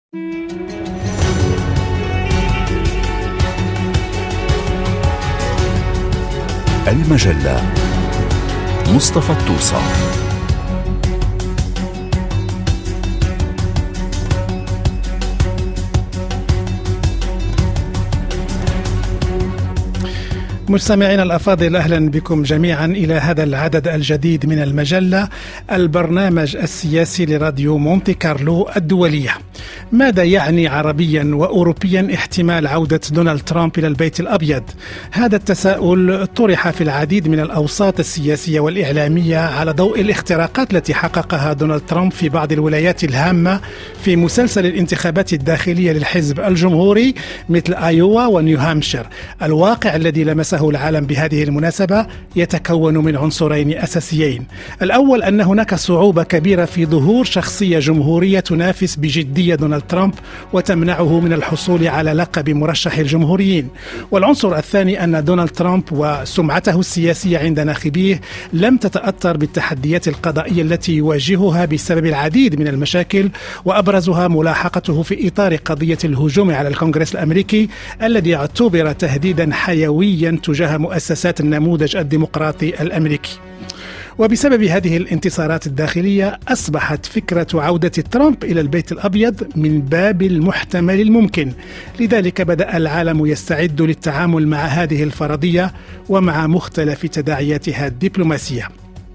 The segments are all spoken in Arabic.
المجلة مصطفى الطوسة. مستمعينا الأفاضل، أهلا بكم جميعا إلى هذا العدد الجديد من المجلة، البرنامج السياسي لراديو مونتي كارلو الدولية. ماذا يعني عربيا وأوروبيا احتمال عودة دونالد ترامب إلى البيت الأبيض؟ هذا التساؤل طرح في العديد من الأوساط السياسية والإعلامية على ضوء الاختراقات التي حققها دونالد ترامب في بعض الولايات الهامة في مسلسل الانتخابات الداخلية للحزب الجمهوري مثل آيوا ونيو هامشير. الواقع الذي لمسه العالم بهذه المناسبة يتكون من عنصرين أساسيين. الأول أن هناك صعوبة كبيرة في ظهور شخصية جمهورية تنافس بجدية دونالد ترامب وتمنعه من الحصول على لقب مرشح الجمهوريين. والعنصر الثاني أن دونالد ترامب وسمعته السياسية عند ناخبيه لم تتأثر بالتحديات القضائية التي يواجهها بسبب العديد من المشاكل، وأبرزها ملاحقته في إطار قضية الهجوم على الكونغرس الأمريكي الذي اعتبر تهديدا حيويا تجاه مؤسسات النموذج الديمقراطي الأمريكي. وبسبب هذه الانتصارات الداخلية أصبحت فكرة عودة ترامب إلى البيت الأبيض من باب المحتمل الممكن. لذلك بدأ العالم يستعد للتعامل مع هذه الفرضية ومع مختلف تداعياتها الدبلوماسية.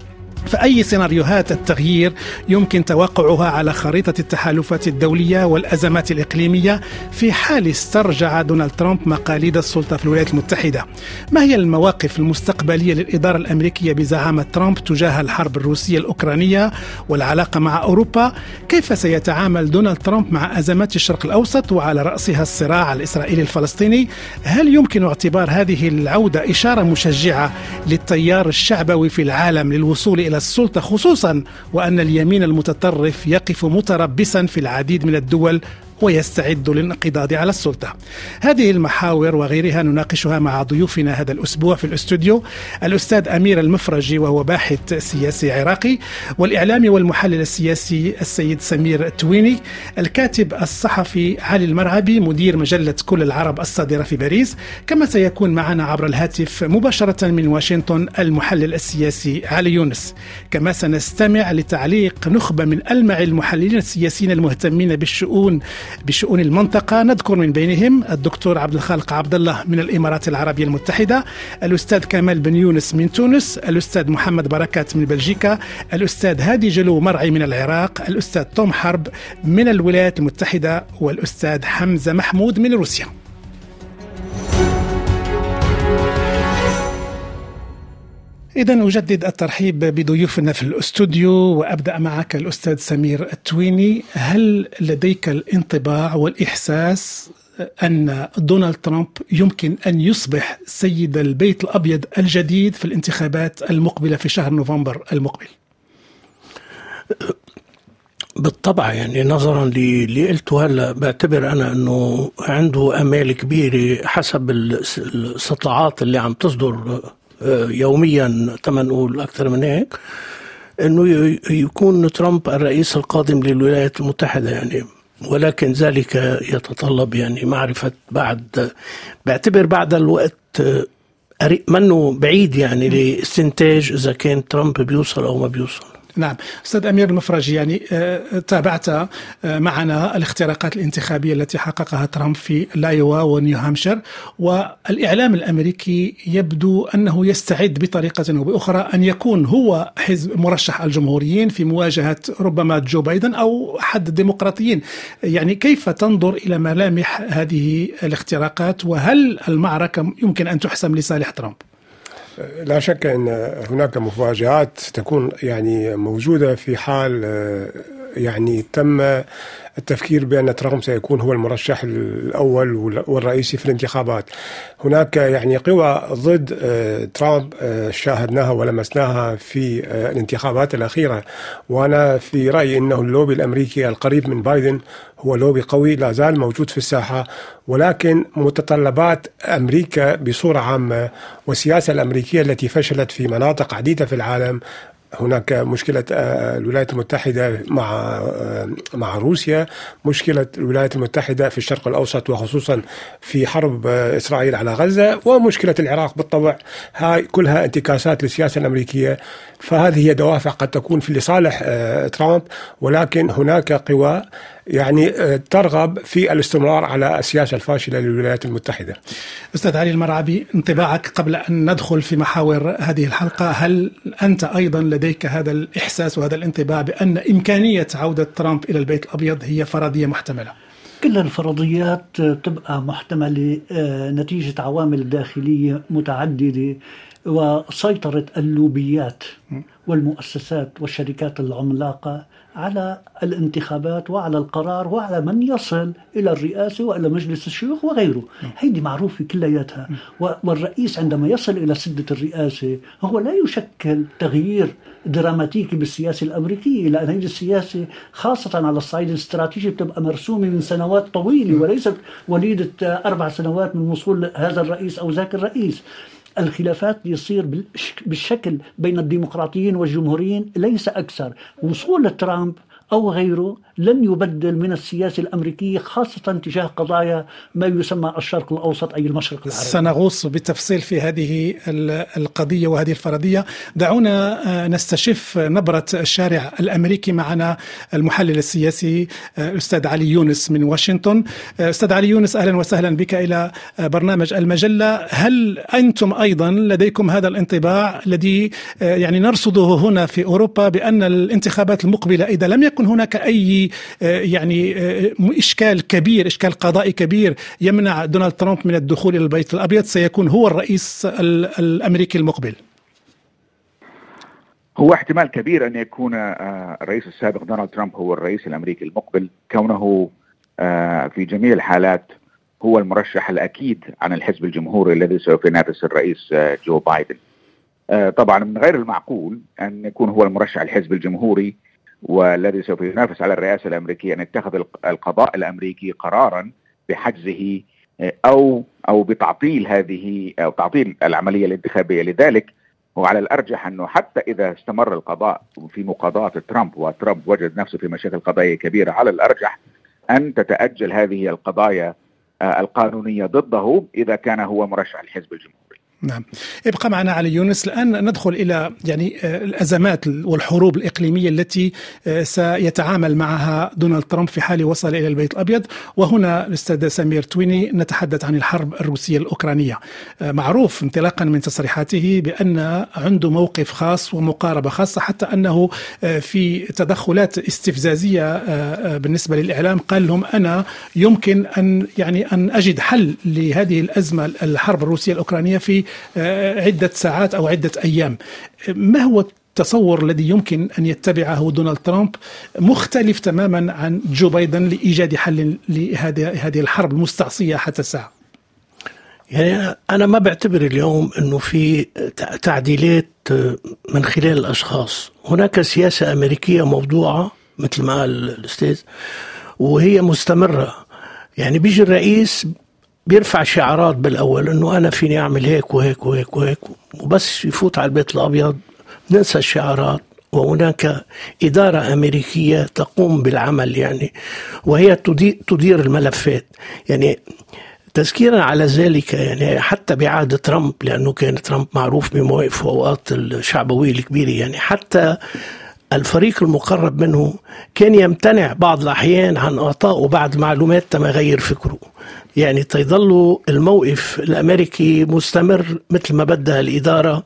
فأي سيناريوهات التغيير يمكن توقعها على خريطة التحالفات الدولية والأزمات الإقليمية في حال استرجع دونالد ترامب مقاليد السلطة في الولايات المتحدة؟ ما هي المواقف المستقبلية للإدارة الأمريكية بزعامة ترامب تجاه الحرب الروسية الأوكرانية والعلاقة مع أوروبا؟ كيف سيتعامل دونالد ترامب مع أزمات الشرق الأوسط وعلى رأسها الصراع الإسرائيلي الفلسطيني؟ هل يمكن اعتبار هذه العودة إشارة مشجعة للتيار الشعبوي في العالم للوصول إلى السلطة، خصوصا وأن اليمين المتطرف يقف متربصا في العديد من الدول ويستعد للانقضاض على السلطة؟ هذه المحاور وغيرها نناقشها مع ضيوفنا هذا الأسبوع في الاستوديو: الأستاذ أمير المفرجي وهو باحث سياسي عراقي، والإعلامي والمحلل السياسي السيد سمير التويني، الكاتب الصحفي علي المرعبي مدير مجلة كل العرب الصادرة في باريس، كما سيكون معنا عبر الهاتف مباشرة من واشنطن المحلل السياسي علي يونس. كما سنستمع لتعليق نخبة من ألمع المحللين السياسيين المهتمين بشؤون المنطقة، نذكر من بينهم الدكتور عبد الخالق عبد الله من الإمارات العربية المتحدة، الأستاذ كمال بن يونس من تونس، الأستاذ محمد بركات من بلجيكا، الأستاذ هادي جلو مرعي من العراق، الأستاذ توم حرب من الولايات المتحدة، والأستاذ حمزة محمود من روسيا. إذن أجدد الترحيب بضيوفنا في الاستوديو، وأبدأ معك الأستاذ سمير التويني. هل لديك الانطباع والإحساس أن دونالد ترامب يمكن أن يصبح سيد البيت الأبيض الجديد في الانتخابات المقبلة في شهر نوفمبر المقبل؟ بالطبع، يعني نظرا اللي قلته هلا بعتبر أنا أنه عنده أمال كبيرة حسب الاستطلاعات اللي عم تصدر يوميا، نقول أكثر من هيك، أنه يكون ترامب الرئيس القادم للولايات المتحدة يعني. ولكن ذلك يتطلب يعني معرفة بعتبر بعد الوقت منه بعيد يعني لاستنتاج إذا كان ترامب بيوصل أو ما بيوصل. نعم. أستاذ أمير المفرجي، يعني تابعت معنا الاختراقات الانتخابية التي حققها ترامب في لايوا ونيو هامشير، والإعلام الأمريكي يبدو أنه يستعد بطريقة أو بأخرى أن يكون هو حزب مرشح الجمهوريين في مواجهة ربما جو بايدن أو أحد الديمقراطيين. يعني كيف تنظر إلى ملامح هذه الاختراقات، وهل المعركة يمكن أن تحسم لصالح ترامب؟ لا شك أن هناك مفاجآت تكون يعني موجودة في حال يعني تم التفكير بأن ترامب سيكون هو المرشح الأول والرئيسي في الانتخابات. هناك يعني قوى ضد ترامب شاهدناها ولمسناها في الانتخابات الأخيرة، وأنا في رأيي أنه اللوبي الأمريكي القريب من بايدن هو لوبي قوي لا زال موجود في الساحة، ولكن متطلبات أمريكا بصورة عامة والسياسة الأمريكية التي فشلت في مناطق عديدة في العالم هناك مشكلة الولايات المتحدة مع روسيا، مشكلة الولايات المتحدة في الشرق الأوسط وخصوصا في حرب إسرائيل على غزة، ومشكلة العراق بالطبع. هاي كلها انتكاسات للسياسة الأمريكية. فهذه هي دوافع قد تكون في لصالح ترامب، ولكن هناك قوى يعني ترغب في الاستمرار على السياسة الفاشلة للولايات المتحدة. أستاذ علي المرعبي، انطباعك قبل أن ندخل في محاور هذه الحلقة، هل أنت أيضا لديك هذا الإحساس وهذا الانطباع بأن إمكانية عودة ترامب إلى البيت الأبيض هي فرضية محتملة؟ كل الفرضيات تبقى محتملة نتيجة عوامل داخلية متعددة، وسيطرة اللوبيات والمؤسسات والشركات العملاقة على الانتخابات وعلى القرار وعلى من يصل إلى الرئاسة وإلى مجلس الشيوخ وغيره. هيدي معروفة كلياتها. والرئيس عندما يصل إلى سدة الرئاسة هو لا يشكل تغيير دراماتيكي بالسياسة الأمريكية، لأن هذه السياسة خاصة على الصعيد الاستراتيجي بتبقى مرسومة من سنوات طويلة وليست وليدة 4 سنوات من وصول هذا الرئيس أو ذاك الرئيس. الخلافات يصير بالشكل بين الديمقراطيين والجمهوريين ليس أكثر. وصول ترامب أو غيره لن يبدل من السياسة الأمريكية، خاصة تجاه قضايا ما يسمى الشرق الأوسط أي المشرق العربي. سنغوص بالتفصيل في هذه القضية وهذه الفرضية. دعونا نستشف نبرة الشارع الأمريكي. معنا المحلل السياسي أستاذ علي يونس من واشنطن. أستاذ علي يونس، أهلا وسهلا بك إلى برنامج المجلة. هل أنتم أيضا لديكم هذا الانطباع الذي يعني نرصده هنا في أوروبا بأن الانتخابات المقبلة إذا لم يكن هناك أي يعني إشكال كبير، إشكال قضائي كبير يمنع دونالد ترامب من الدخول إلى البيت الأبيض، سيكون هو الرئيس الأمريكي المقبل؟ هو احتمال كبير أن يكون الرئيس السابق دونالد ترامب هو الرئيس الأمريكي المقبل، كونه في جميع الحالات هو المرشح الأكيد عن الحزب الجمهوري الذي سوف ينافس الرئيس جو بايدن. طبعا من غير المعقول أن يكون هو المرشح الحزب الجمهوري والذي سوف ينافس على الرئاسة الأمريكية أن يتخذ القضاء الأمريكي قرارا بحجزه أو بتعطيل هذه أو تعطيل العملية الانتخابية. لذلك هو على الأرجح أنه حتى إذا استمر القضاء في مقاضاة ترامب وترامب وجد نفسه في مشاكل قضائية كبيرة، على الأرجح أن تتأجل هذه القضايا القانونية ضده إذا كان هو مرشح الحزب الجمهوري. نعم، ابقى معنا علي يونس. الآن ندخل إلى يعني الأزمات والحروب الإقليمية التي سيتعامل معها دونالد ترامب في حال وصل إلى البيت الأبيض. وهنا الأستاذ سمير تويني نتحدث عن الحرب الروسية الأوكرانية. معروف انطلاقا من تصريحاته بأن عنده موقف خاص ومقاربة خاصة، حتى أنه في تدخلات استفزازية بالنسبة للإعلام قال لهم أنا يمكن أن أجد حل لهذه الأزمة الحرب الروسية الأوكرانية في عدة ساعات أو عدة أيام. ما هو التصور الذي يمكن أن يتبعه دونالد ترامب مختلف تماما عن جو بايدن لإيجاد حل لهذه الحرب المستعصية حتى الساعة؟ يعني أنا ما بعتبر اليوم أنه في تعديلات من خلال الأشخاص. هناك سياسة أمريكية موضوعة مثل ما قال الأستاذ وهي مستمرة. يعني بيجي الرئيس بيرفع شعارات بالأول أنه أنا فيني أعمل هيك وهيك وهيك وهيك، وبس يفوت على البيت الأبيض ننسى الشعارات. وهناك إدارة أمريكية تقوم بالعمل يعني، وهي تدير الملفات. يعني تذكيرا على ذلك يعني حتى بعهد ترامب، لأنه كان ترامب معروف بمواقفه وأوقات الشعبوية الكبيرة، يعني حتى الفريق المقرب منه كان يمتنع بعض الأحيان عن إعطائه بعض المعلومات تما غير فكره، يعني تيظل الموقف الأمريكي مستمر مثل ما بدها الإدارة،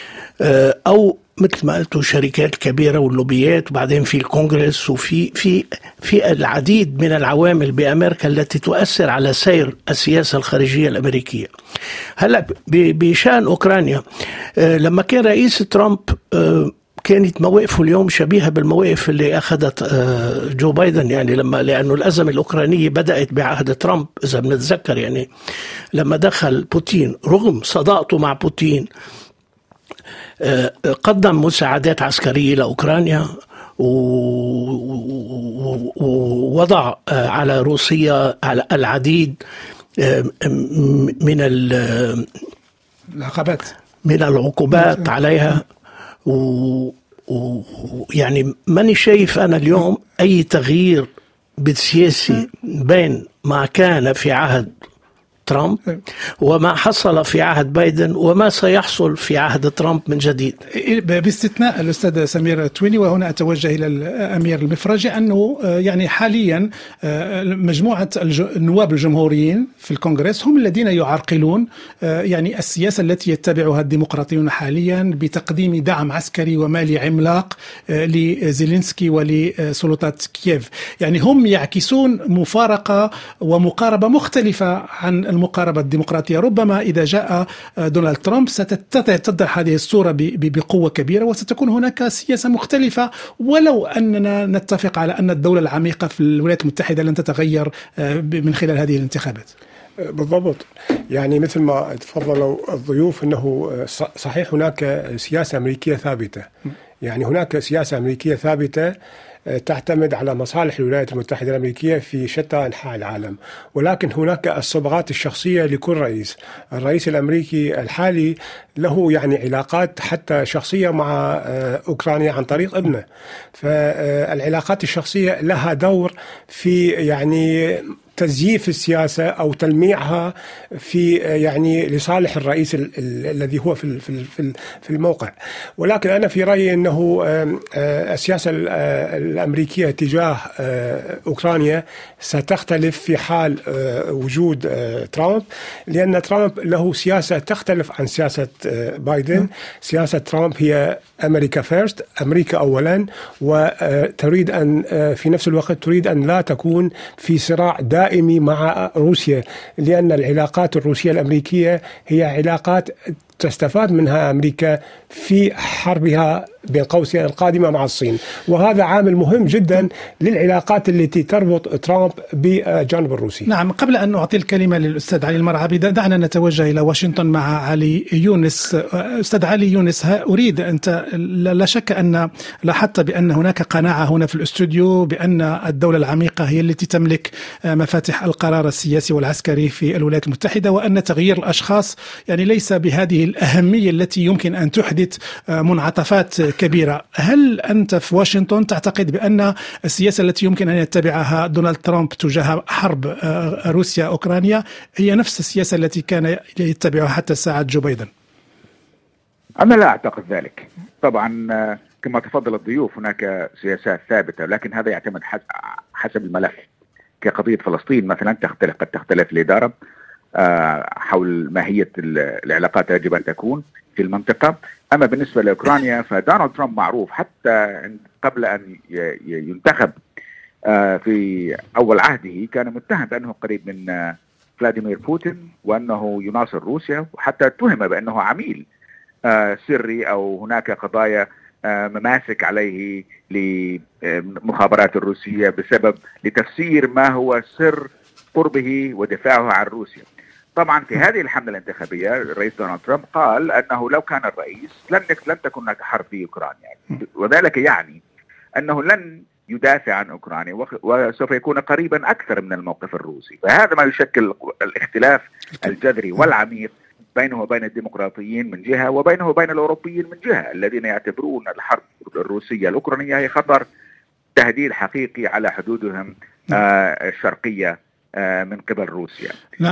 أو مثل ما قلتوا شركات كبيرة واللوبيات، وبعدين في الكونغرس، وفي في العديد من العوامل بأمريكا التي تؤثر على سير السياسة الخارجية الأمريكية. هلأ بشأن أوكرانيا، لما كان رئيس ترامب كانت مواقفه اليوم شبيهة بالمواقف اللي أخذت جو بايدن، يعني لأنه الأزمة الأوكرانية بدأت بعهد ترامب إذا بنتذكر. يعني لما دخل بوتين رغم صداقته مع بوتين قدم مساعدات عسكرية لأوكرانيا، ووضع على روسيا العديد من العقوبات عليها، ويعني ماني شايف أنا اليوم أي تغيير بالسياسي بين ما كان في عهد ترامب وما حصل في عهد بايدن وما سيحصل في عهد ترامب من جديد، باستثناء الأستاذ سمير تويني. وهنا أتوجه إلى الأمير المفرجي أنه يعني حاليا مجموعة النواب الجمهوريين في الكونغرس هم الذين يعرقلون يعني السياسة التي يتبعها الديمقراطيون حاليا بتقديم دعم عسكري ومالي عملاق لزيلينسكي ولسلطات كييف. يعني هم يعكسون مفارقة ومقاربة مختلفة عن المقاربة الديمقراطية. ربما إذا جاء دونالد ترامب ستتضح هذه الصورة بقوة كبيرة وستكون هناك سياسة مختلفة، ولو أننا نتفق على أن الدولة العميقة في الولايات المتحدة لن تتغير من خلال هذه الانتخابات. بالضبط. يعني مثل ما تفضلوا الضيوف أنه صحيح هناك سياسة أمريكية ثابتة، يعني هناك سياسة أمريكية ثابتة تعتمد على مصالح الولايات المتحدة الأمريكية في شتى أنحاء العالم، ولكن هناك الصبغات الشخصية لكل رئيس. الرئيس الأمريكي الحالي له يعني علاقات حتى شخصية مع أوكرانيا عن طريق ابنه، فالعلاقات الشخصية لها دور في يعني تزييف السياسة أو تلميعها في يعني لصالح الرئيس الذي هو في الموقع. ولكن أنا في رأيي أنه السياسة الأمريكية تجاه أوكرانيا ستختلف في حال وجود ترامب، لأن ترامب له سياسة تختلف عن سياسة بايدن. سياسة ترامب هي أمريكا فيرست، أمريكا أولا، وتريد أن في نفس الوقت تريد أن لا تكون في صراع دائمي مع روسيا، لأن العلاقات الروسية الأمريكية هي علاقات تستفاد منها أمريكا في حربها بين قوسين القادمة مع الصين، وهذا عامل مهم جدا للعلاقات التي تربط ترامب بجانب الروسي. نعم، قبل أن أعطي الكلمة للأستاذ علي المرعبي دعنا نتوجه إلى واشنطن مع علي يونس. أستاذ علي يونس، أريد أنت لا شك أن لاحظت بأن هناك قناعة هنا في الاستوديو بأن الدولة العميقة هي التي تملك مفاتيح القرار السياسي والعسكري في الولايات المتحدة، وأن تغيير الأشخاص يعني ليس بهذه الأهمية التي يمكن أن تحدث منعطفات كبيرة. هل أنت في واشنطن تعتقد بأن السياسة التي يمكن أن يتبعها دونالد ترامب تجاه حرب روسيا أوكرانيا هي نفس السياسة التي كان يتبعها حتى ساعة جو بايدن؟ أنا لا أعتقد ذلك. طبعا كما تفضل الضيوف هناك سياسات ثابتة، لكن هذا يعتمد حسب الملف. كقضية فلسطين مثلا قد تختلف الإدارة حول ماهية العلاقات يجب أن تكون في المنطقة. أما بالنسبة لأوكرانيا فدونالد ترامب معروف حتى قبل أن ينتخب في أول عهده كان متهم بأنه قريب من فلاديمير بوتين وأنه يناصر روسيا، وحتى اتهم بأنه عميل سري أو هناك قضايا مماسك عليه للمخابرات الروسية بسبب لتفسير ما هو سر قربه ودفاعه عن روسيا. طبعا في هذه الحملة الانتخابية الرئيس دونالد ترامب قال أنه لو كان الرئيس لن تكون هناك حرب في أوكرانيا، وذلك يعني أنه لن يدافع عن أوكرانيا وسوف يكون قريبا أكثر من الموقف الروسي. فهذا ما يشكل الاختلاف الجذري والعميق بينه وبين الديمقراطيين من جهة وبينه وبين الأوروبيين من جهة، الذين يعتبرون الحرب الروسية الأوكرانية هي خطر تهديد حقيقي على حدودهم الشرقية من قبل روسيا.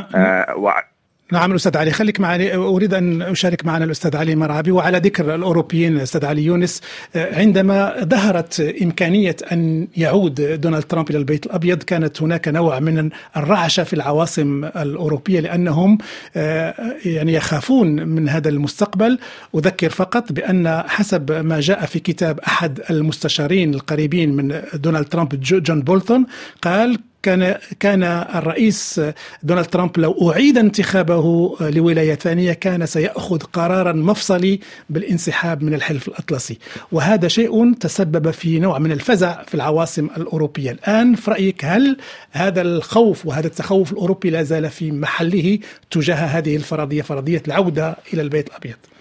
نعم الأستاذ علي، خليك معي. أريد أن أشارك معنا الأستاذ علي مرعبي. وعلى ذكر الأوروبيين أستاذ علي يونس، عندما ظهرت إمكانية أن يعود دونالد ترامب إلى البيت الأبيض كانت هناك نوع من الرعشة في العواصم الأوروبية لأنهم يعني يخافون من هذا المستقبل. أذكر فقط بأن حسب ما جاء في كتاب أحد المستشارين القريبين من دونالد ترامب جون بولتون قال كان الرئيس دونالد ترامب لو أعيد انتخابه لولاية ثانية كان سيأخذ قرارا مفصلي بالانسحاب من الحلف الأطلسي، وهذا شيء تسبب في نوع من الفزع في العواصم الأوروبية. الآن في رأيك هل هذا الخوف وهذا التخوف الأوروبي لا زال في محله تجاه هذه الفرضية، فرضية العودة إلى البيت الأبيض؟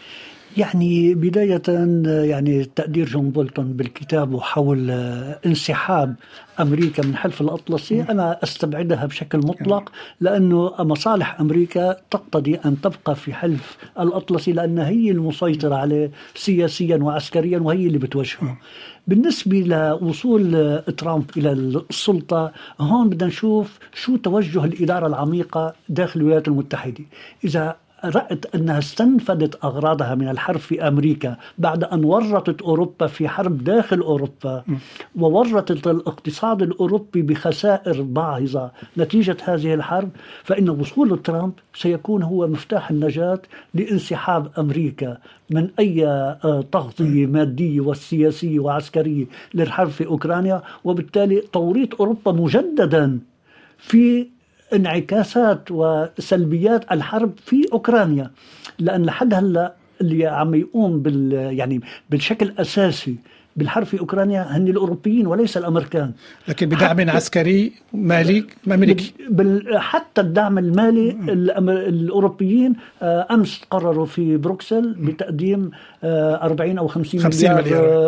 يعني بداية يعني تقدير جون بولتون بالكتاب حول انسحاب أمريكا من حلف الأطلسي أنا أستبعدها بشكل مطلق، لأنه مصالح أمريكا تقتضي أن تبقى في حلف الأطلسي لأنها هي المسيطرة عليه سياسيا وعسكريا وهي اللي بتوجهه. بالنسبة لوصول ترامب إلى السلطة، هون بدنا نشوف شو توجه الإدارة العميقة داخل الولايات المتحدة. إذا رأت أنها استنفدت أغراضها من الحرب في أمريكا بعد أن ورطت أوروبا في حرب داخل أوروبا وورطت الاقتصاد الأوروبي بخسائر باهظة نتيجة هذه الحرب، فإن وصول ترامب سيكون هو مفتاح النجاة لانسحاب أمريكا من أي تغطية مادية وسياسية وعسكرية للحرب في أوكرانيا، وبالتالي توريط أوروبا مجددا في انعكاسات وسلبيات الحرب في أوكرانيا. لأن لحد هلا اللي عم يقوم يعني بالشكل أساسي بالحرب في أوكرانيا هن الأوروبيين وليس الأمريكان، لكن بدعم عسكري مالي أمريكي. حتى الدعم المالي الأوروبيين أمس قرروا في بروكسل بتقديم 40 أو 50 مليار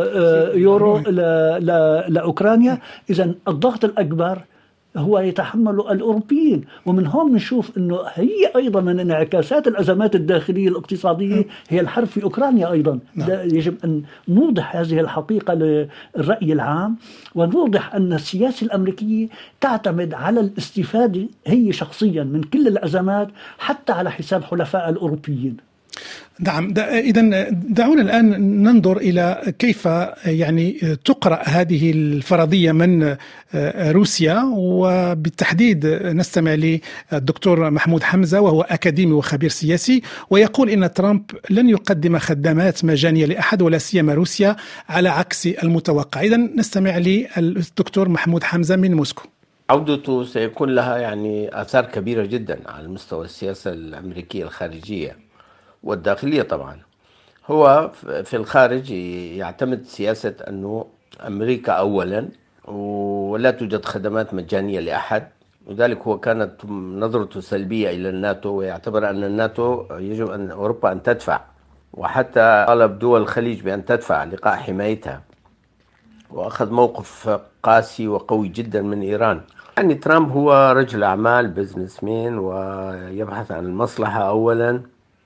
يورو لأوكرانيا. إذن الضغط الأكبر هو يتحمل الأوروبيين، ومن هون نشوف أنه هي أيضا من انعكاسات الأزمات الداخلية الاقتصادية هي الحرب في أوكرانيا أيضا. يجب أن نوضح هذه الحقيقة للرأي العام، ونوضح أن السياسة الأمريكية تعتمد على الاستفادة هي شخصيا من كل الأزمات حتى على حساب حلفاء الأوروبيين. نعم. إذن دعونا الآن ننظر إلى كيف يعني تقرأ هذه الفرضية من روسيا، وبالتحديد نستمع للدكتور محمود حمزة وهو أكاديمي وخبير سياسي، ويقول إن ترامب لن يقدم خدمات مجانية لأحد ولا سيما روسيا على عكس المتوقع. إذن نستمع للدكتور محمود حمزة من موسكو. عودته سيكون لها يعني آثار كبيرة جدا على مستوى السياسة الأمريكية الخارجية والداخلية. طبعا هو في الخارج يعتمد سياسة أنه أمريكا أولا ولا توجد خدمات مجانية لأحد، وذلك هو كانت نظرته سلبية إلى الناتو، ويعتبر أن الناتو يجب أن أوروبا أن تدفع، وحتى طالب دول الخليج بأن تدفع لقاء حمايتها، وأخذ موقف قاسي وقوي جدا من إيران. يعني ترامب هو رجل أعمال بزنس مان، ويبحث عن المصلحة أولا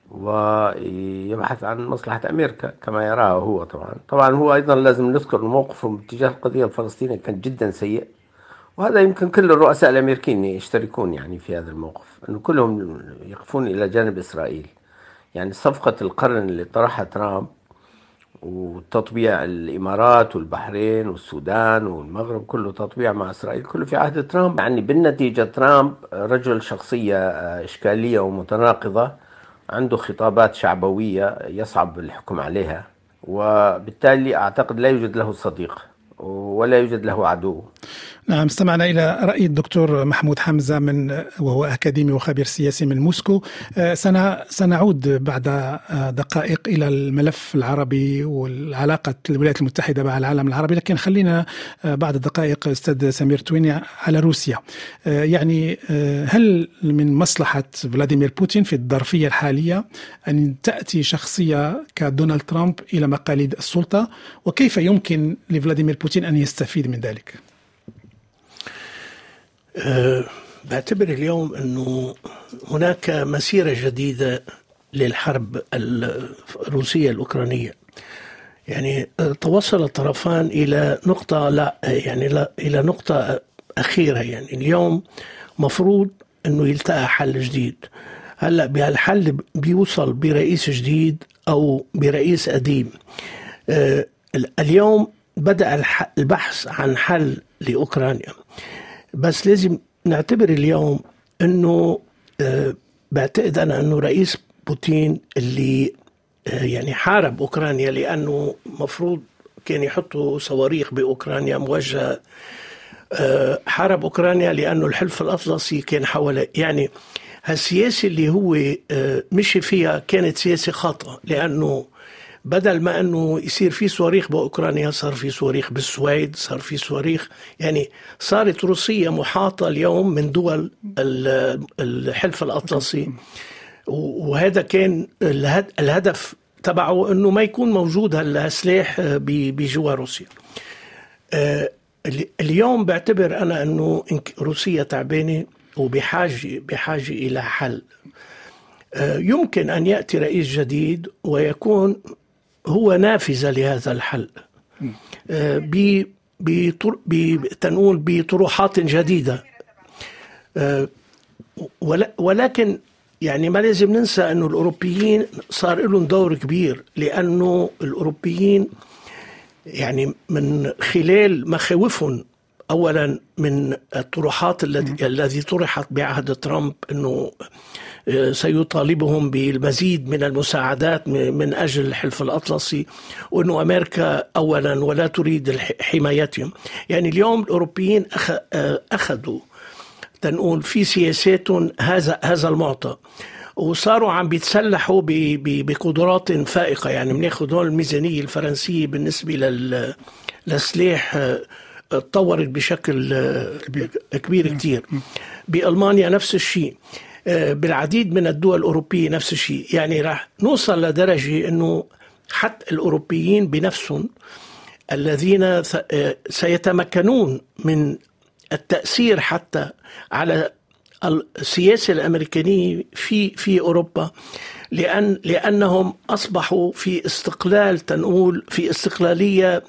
ويبحث عن مصلحة أمريكا كما يراها هو. طبعا هو أيضا لازم نذكر موقفه تجاه القضية الفلسطينية كان جدا سيء، وهذا يمكن كل الرؤساء الأمريكيين يشتركون يعني في هذا الموقف، أنه كلهم يقفون إلى جانب إسرائيل. يعني صفقة القرن اللي طرحها ترامب وتطبيع الإمارات والبحرين والسودان والمغرب كله تطبيع مع إسرائيل كله في عهد ترامب. يعني بالنتيجة ترامب رجل شخصية إشكالية ومتناقضة، عنده خطابات شعبوية يصعب الحكم عليها، وبالتالي أعتقد لا يوجد له صديق ولا يوجد له عدو. نعم، استمعنا إلى رأي الدكتور محمود حمزة وهو أكاديمي وخبير سياسي من موسكو. سنعود بعد دقائق إلى الملف العربي والعلاقة الولايات المتحدة مع العالم العربي، لكن خلينا بعد دقائق أستاذ سمير تويني على روسيا. يعني هل من مصلحة فلاديمير بوتين في الظرفية الحالية أن تأتي شخصية كدونالد ترامب إلى مقاليد السلطة، وكيف يمكن لفلاديمير بوتين أن يستفيد من ذلك؟ بعتبر اليوم أنه هناك مسيرة جديدة للحرب الروسية الأوكرانية. يعني توصل الطرفان إلى نقطة إلى نقطة أخيرة. يعني اليوم مفروض أنه يلتقى حل جديد. هلأ بهالحل بيوصل برئيس جديد أو برئيس قديم. اليوم بدأ البحث عن حل لأوكرانيا، بس لازم نعتبر اليوم أنه بعتقد أنا أنه رئيس بوتين اللي يعني حارب أوكرانيا لأنه مفروض كان يحطوا صواريخ بأوكرانيا موجهة، حارب أوكرانيا لأنه الحلف الأطلسي كان حوالي، يعني هالسياسة اللي هو مشي فيها كانت سياسة خاطئة، لأنه بدل ما أنه يصير في صواريخ بأوكرانيا صار في صواريخ بالسويد، صار في صواريخ، يعني صارت روسيا محاطة اليوم من دول الحلف الأطلسي، وهذا كان الهدف تبعه أنه ما يكون موجود هالسلاح بجوار روسيا. اليوم بعتبر أنا أنه روسيا تعبانة وبحاجة إلى حل. يمكن أن يأتي رئيس جديد ويكون هو نافذة لهذا الحل تنقول بطروحات جديدة، ولكن يعني ما لازم ننسى أنه الأوروبيين صار لهم دور كبير، لأنه الأوروبيين يعني من خلال مخاوفهم أولا من الطروحات التي طرحت بعهد ترامب أنه سيطالبهم بالمزيد من المساعدات من أجل الحلف الأطلسي، وأنه أمريكا أولا ولا تريد حمايتهم. يعني اليوم الأوروبيين أخذوا تنقول في سياساتهم هذا المعطى، وصاروا عم بيتسلحوا بقدرات فائقة. يعني بناخذ هون الميزانية الفرنسية بالنسبة للسلاح تطورت بشكل كبير كتير. بألمانيا نفس الشيء، بالعديد من الدول الأوروبية نفس الشيء. يعني راح نوصل لدرجة أنه حتى الأوروبيين بنفسهم الذين سيتمكنون من التأثير حتى على السياسة الأمريكية في أوروبا، لأنهم أصبحوا في استقلال تنقول في استقلالية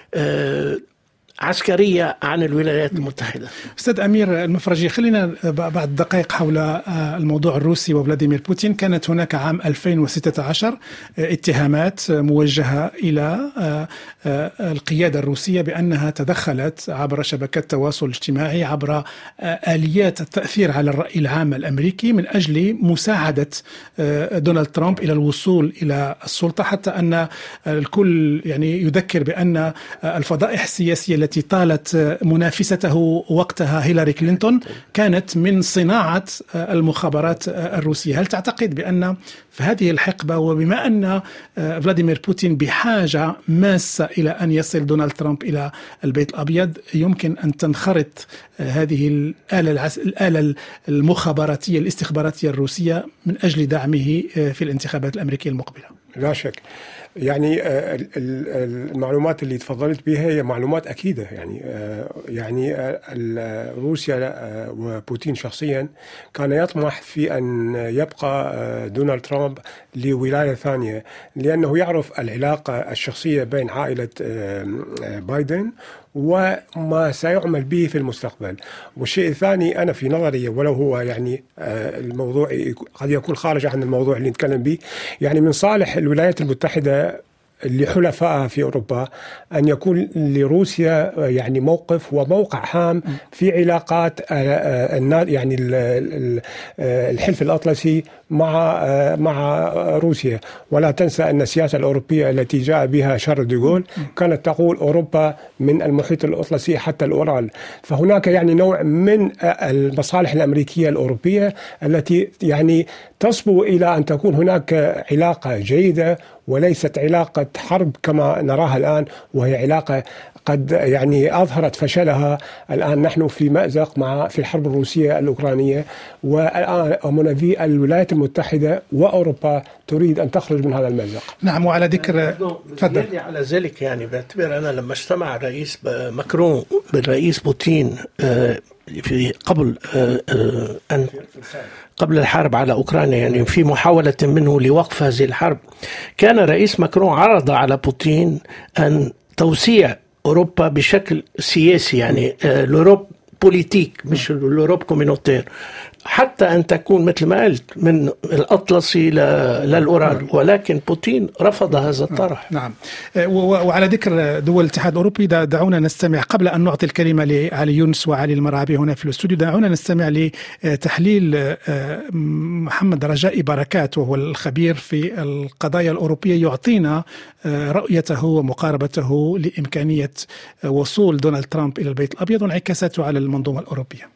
عسكرية عن الولايات المتحدة. أستاذ أمير المفرجي، خلينا بعد دقائق حول الموضوع الروسي وفلاديمير بوتين. كانت هناك عام 2016 اتهامات موجهة إلى القيادة الروسية بأنها تدخلت عبر شبكات التواصل الاجتماعي، عبر آليات التأثير على الرأي العام الأمريكي من أجل مساعدة دونالد ترامب إلى الوصول إلى السلطة، حتى أن الكل يعني يذكر بأن الفضائح السياسية التي طالت منافسته وقتها هيلاري كلينتون كانت من صناعة المخابرات الروسية. هل تعتقد بأن في هذه الحقبة، وبما أن فلاديمير بوتين بحاجة ماسة إلى أن يصل دونالد ترامب إلى البيت الأبيض، يمكن أن تنخرط هذه الآلة المخابراتية الاستخباراتية الروسية من أجل دعمه في الانتخابات الأمريكية المقبلة؟ لا شك. يعني المعلومات اللي تفضلت بها هي معلومات أكيدة. يعني روسيا وبوتين شخصيا كان يطمح في أن يبقى دونالد ترامب لولاية ثانية، لأنه يعرف العلاقة الشخصية بين عائلة بايدن وما سيعمل به في المستقبل. والشيء الثاني أنا في نظري، ولو هو يعني الموضوع قد يكون خارج عن الموضوع اللي نتكلم به، يعني من صالح الولايات المتحدة لحلفائها في أوروبا أن يكون لروسيا يعني موقف وموقع هام في علاقات يعني الحلف الأطلسي مع روسيا. ولا تنسى أن السياسة الأوروبية التي جاء بها شارل دوغول كانت تقول أوروبا من المحيط الأطلسي حتى الأورال. فهناك يعني نوع من المصالح الأمريكية الأوروبية التي يعني تصبو إلى أن تكون هناك علاقة جيدة وليست علاقة حرب كما نراها الآن، وهي علاقة قد يعني أظهرت فشلها. الآن نحن في مأزق في الحرب الروسية الأوكرانية، والآن الولايات المتحدة وأوروبا تريد أن تخرج من هذا المأزق. نعم. وعلى ذكر تفضل على ذلك، يعني بعتبر أنا لما اجتمع الرئيس ماكرون بالرئيس بوتين في قبل الحرب على أوكرانيا، يعني في محاولة منه لوقف هذه الحرب، كان رئيس ماكرون عرض على بوتين أن توسيع أوروبا بشكل سياسي، يعني الأوروب بوليتيك مش الأوروب كومينوتير، حتى أن تكون مثل ما قلت من الأطلسي للأورال. ولكن بوتين رفض هذا الطرح. نعم. وعلى ذكر دول الاتحاد الأوروبي، دعونا نستمع قبل أن نعطي الكلمة لعلي يونس وعلي المرعبي هنا في الاستوديو. دعونا نستمع لتحليل محمد رجائي بركات، وهو الخبير في القضايا الأوروبية، يعطينا رؤيته ومقاربته لإمكانية وصول دونالد ترامب إلى البيت الأبيض وانعكاساته على المنظومة الأوروبية.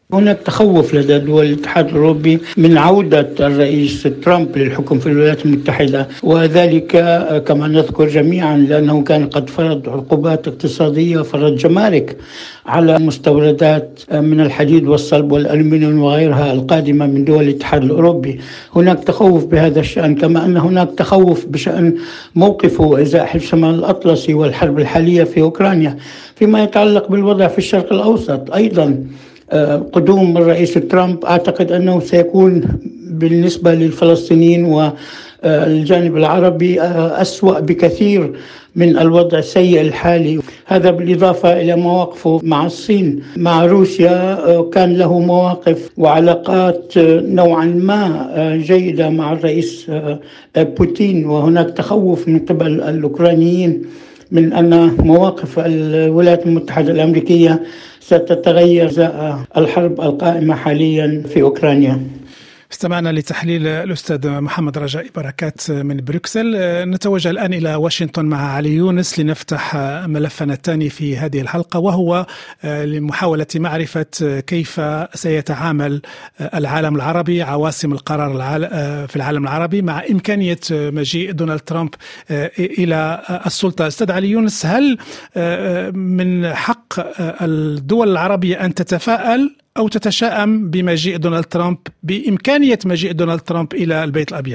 هناك تخوف لدى دول الاتحاد الأوروبي من عودة الرئيس ترامب للحكم في الولايات المتحدة، وذلك كما نذكر جميعا لأنه كان قد فرض عقوبات اقتصادية وفرض جمارك على مستوردات من الحديد والصلب والألمنيوم وغيرها القادمة من دول الاتحاد الأوروبي. هناك تخوف بهذا الشأن، كما أن هناك تخوف بشأن موقفه إزاء حلف شمال الأطلسي والحرب الحالية في أوكرانيا. فيما يتعلق بالوضع في الشرق الأوسط أيضا، قدوم الرئيس ترامب أعتقد أنه سيكون بالنسبة للفلسطينيين والجانب العربي أسوأ بكثير من الوضع السيء الحالي. هذا بالإضافة إلى مواقفه مع الصين. مع روسيا كان له مواقف وعلاقات نوعا ما جيدة مع الرئيس بوتين، وهناك تخوف من قبل الأوكرانيين من أن مواقف الولايات المتحدة الأمريكية ستتغير الحرب القائمة حاليا في أوكرانيا. استمعنا لتحليل الأستاذ محمد رجاء بركات من بروكسل. نتوجه الآن إلى واشنطن مع علي يونس لنفتح ملفنا الثاني في هذه الحلقة، وهو لمحاولة معرفة كيف سيتعامل العالم العربي، عواصم القرار في العالم العربي، مع إمكانية مجيء دونالد ترامب إلى السلطة. أستاذ علي يونس، هل من حق الدول العربية أن تتفائل أو تتشائم بمجيء دونالد ترامب، بإمكانية مجيء دونالد ترامب إلى البيت الأبيض؟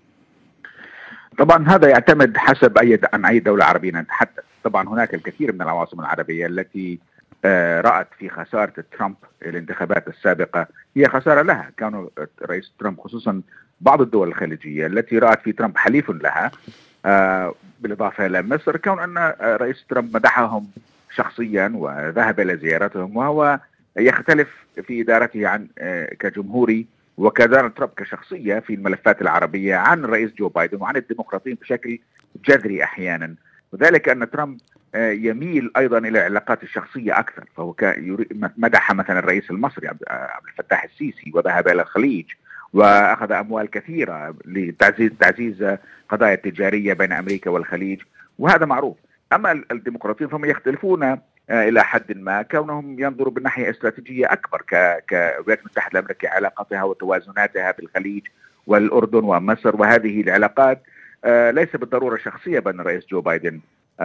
طبعا هذا يعتمد حسب عن أي دولة عربية نتحدث. طبعا هناك الكثير من العواصم العربية التي رأت في خسارة ترامب الانتخابات السابقة هي خسارة لها. كان رئيس ترامب، خصوصا بعض الدول الخليجية التي رأت في ترامب حليف لها، بالإضافة إلى مصر، كون أن رئيس ترامب مدحهم شخصيا وذهب إلى زيارتهم، وهو يختلف في إدارته عن كجمهوري وكدونالد ترامب كشخصية في الملفات العربية عن الرئيس جو بايدن وعن الديمقراطيين بشكل جذري أحيانا، وذلك أن ترامب يميل أيضا إلى العلاقات الشخصية أكثر. فهو مدح مثلا الرئيس المصري عبد الفتاح السيسي وذهب إلى الخليج وأخذ أموال كثيرة لتعزيز قضايا تجارية بين أمريكا والخليج، وهذا معروف. أما الديمقراطيين فهم يختلفون إلى حد ما، كونهم ينظروا بالناحية استراتيجية أكبر كالولايات المتحدة الأمريكية، علاقاتها وتوازناتها بالخليج والأردن ومصر، وهذه العلاقات ليس بالضرورة شخصية بين الرئيس جو بايدن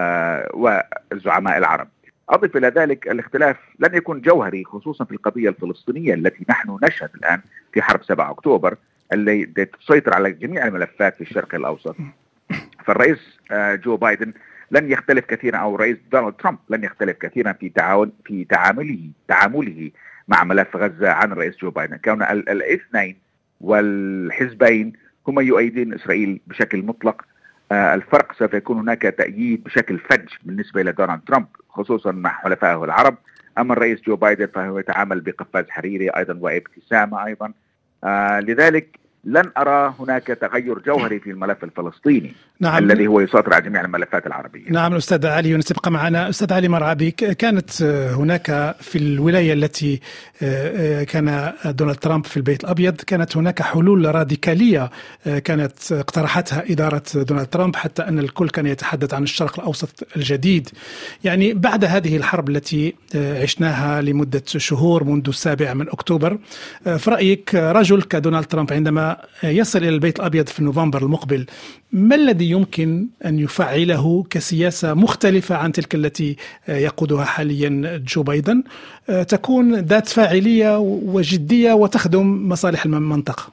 والزعماء العرب. أضف إلى ذلك الاختلاف لن يكون جوهري، خصوصا في القضية الفلسطينية التي نحن نشهد الآن في حرب 7 أكتوبر التي تسيطر على جميع الملفات في الشرق الأوسط. فالرئيس جو بايدن لن يختلف كثيرا، أو رئيس دونالد ترامب لن يختلف كثيرا في تعامله مع ملف غزة عن الرئيس جو بايدن، كون الاثنين والحزبين هما يؤيدين إسرائيل بشكل مطلق. الفرق سوف يكون هناك تأييد بشكل فج بالنسبة إلى دونالد ترامب، خصوصا مع حلفائه العرب. أما الرئيس جو بايدن فهو يتعامل بقفاز حريري أيضا وابتسامة أيضا. لذلك لن أرى هناك تغير جوهري في الملف الفلسطيني. نعم. الذي هو يسيطر على جميع الملفات العربية. نعم. الأستاذ علي يونس ابقى معنا. أستاذ علي مرعبي، كانت هناك في الولاية التي كان دونالد ترامب في البيت الأبيض كانت هناك حلول راديكالية كانت اقترحتها إدارة دونالد ترامب، حتى أن الكل كان يتحدث عن الشرق الأوسط الجديد. يعني بعد هذه الحرب التي عشناها لمدة شهور منذ 7 أكتوبر، في رأيك رجل كدونالد ترامب عندما يصل إلى البيت الأبيض في نوفمبر المقبل، ما الذي يمكن أن يفعله كسياسة مختلفة عن تلك التي يقودها حاليا جو بايدن، تكون ذات فاعلية وجدية وتخدم مصالح المنطقة؟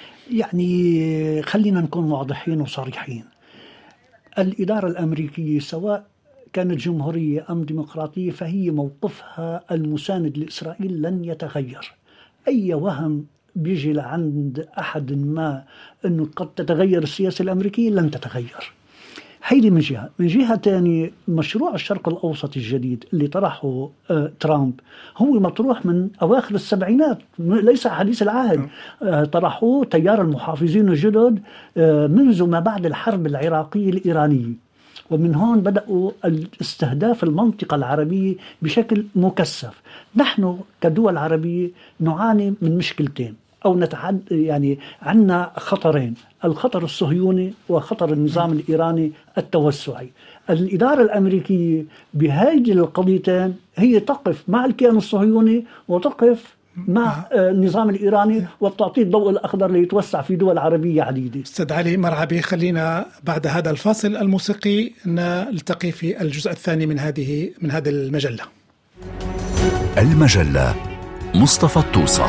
يعني خلينا نكون واضحين وصريحين. الإدارة الأمريكية سواء كانت جمهورية أم ديمقراطية فهي موقفها المساند لإسرائيل لن يتغير. أي وهم بيجي لعند أحد ما أنه قد تتغير السياسة الأمريكية لن تتغير. هيدي من جهة. من جهة تانية، مشروع الشرق الأوسط الجديد اللي طرحه ترامب هو مطروح من أواخر السبعينات، ليس حديث العهد. طرحوه تيار المحافظين الجدد منذ ما بعد الحرب العراقية الإيرانية، ومن هون بدأوا استهداف المنطقة العربية بشكل مكثف. نحن كدول عربية نعاني من مشكلتين، أو يعني عندنا خطرين: الخطر الصهيوني وخطر النظام الإيراني التوسعي. الإدارة الأمريكية بهذه القضيتين هي تقف مع الكيان الصهيوني وتقف مع النظام الإيراني وبتعطيه الضوء الأخضر ليتوسع في دول عربية عديدة. أستاذ علي مرعبي، خلينا بعد هذا الفاصل الموسيقي نلتقي في الجزء الثاني من هذه المجلة. المجلة مصطفى الطوسة.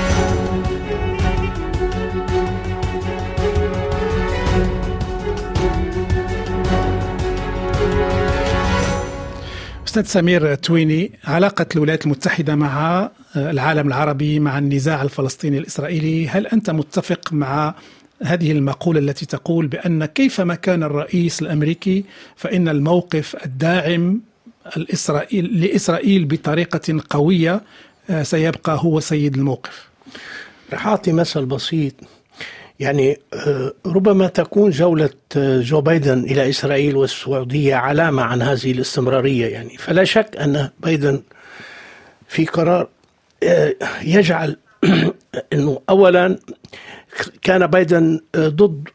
أستاذ سمير تويني، علاقة الولايات المتحدة مع العالم العربي مع النزاع الفلسطيني الإسرائيلي، هل أنت متفق مع هذه المقولة التي تقول بأن كيفما كان الرئيس الأمريكي فإن الموقف الداعم لإسرائيل بطريقة قوية سيبقى هو سيد الموقف؟ رح أعطي مثل بسيط. يعني ربما تكون جولة جو بايدن إلى إسرائيل والسعودية علامة عن هذه الاستمرارية. يعني فلا شك أن بايدن في قرار يجعل أنه أولا كان بايدن ضد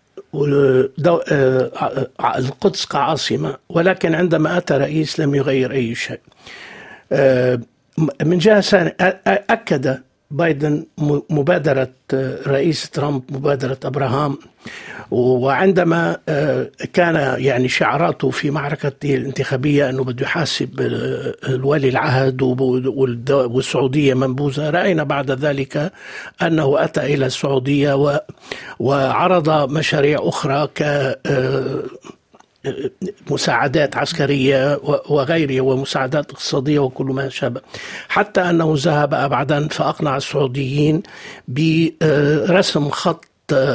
القدس كعاصمة، ولكن عندما أتى رئيس لم يغير أي شيء. من جهة ثانية أكد بايدن مبادرة رئيس ترامب، مبادرة أبراهام، وعندما كان يعني شعاراته في معركته الانتخابية أنه بده يحاسب الولي العهد والسعودية منبوذة، رأينا بعد ذلك أنه أتى إلى السعودية وعرض مشاريع أخرى مساعدات عسكرية وغيرها ومساعدات اقتصادية وكل ما شابه، حتى أنه ذهب أبعدا فأقنع السعوديين برسم خط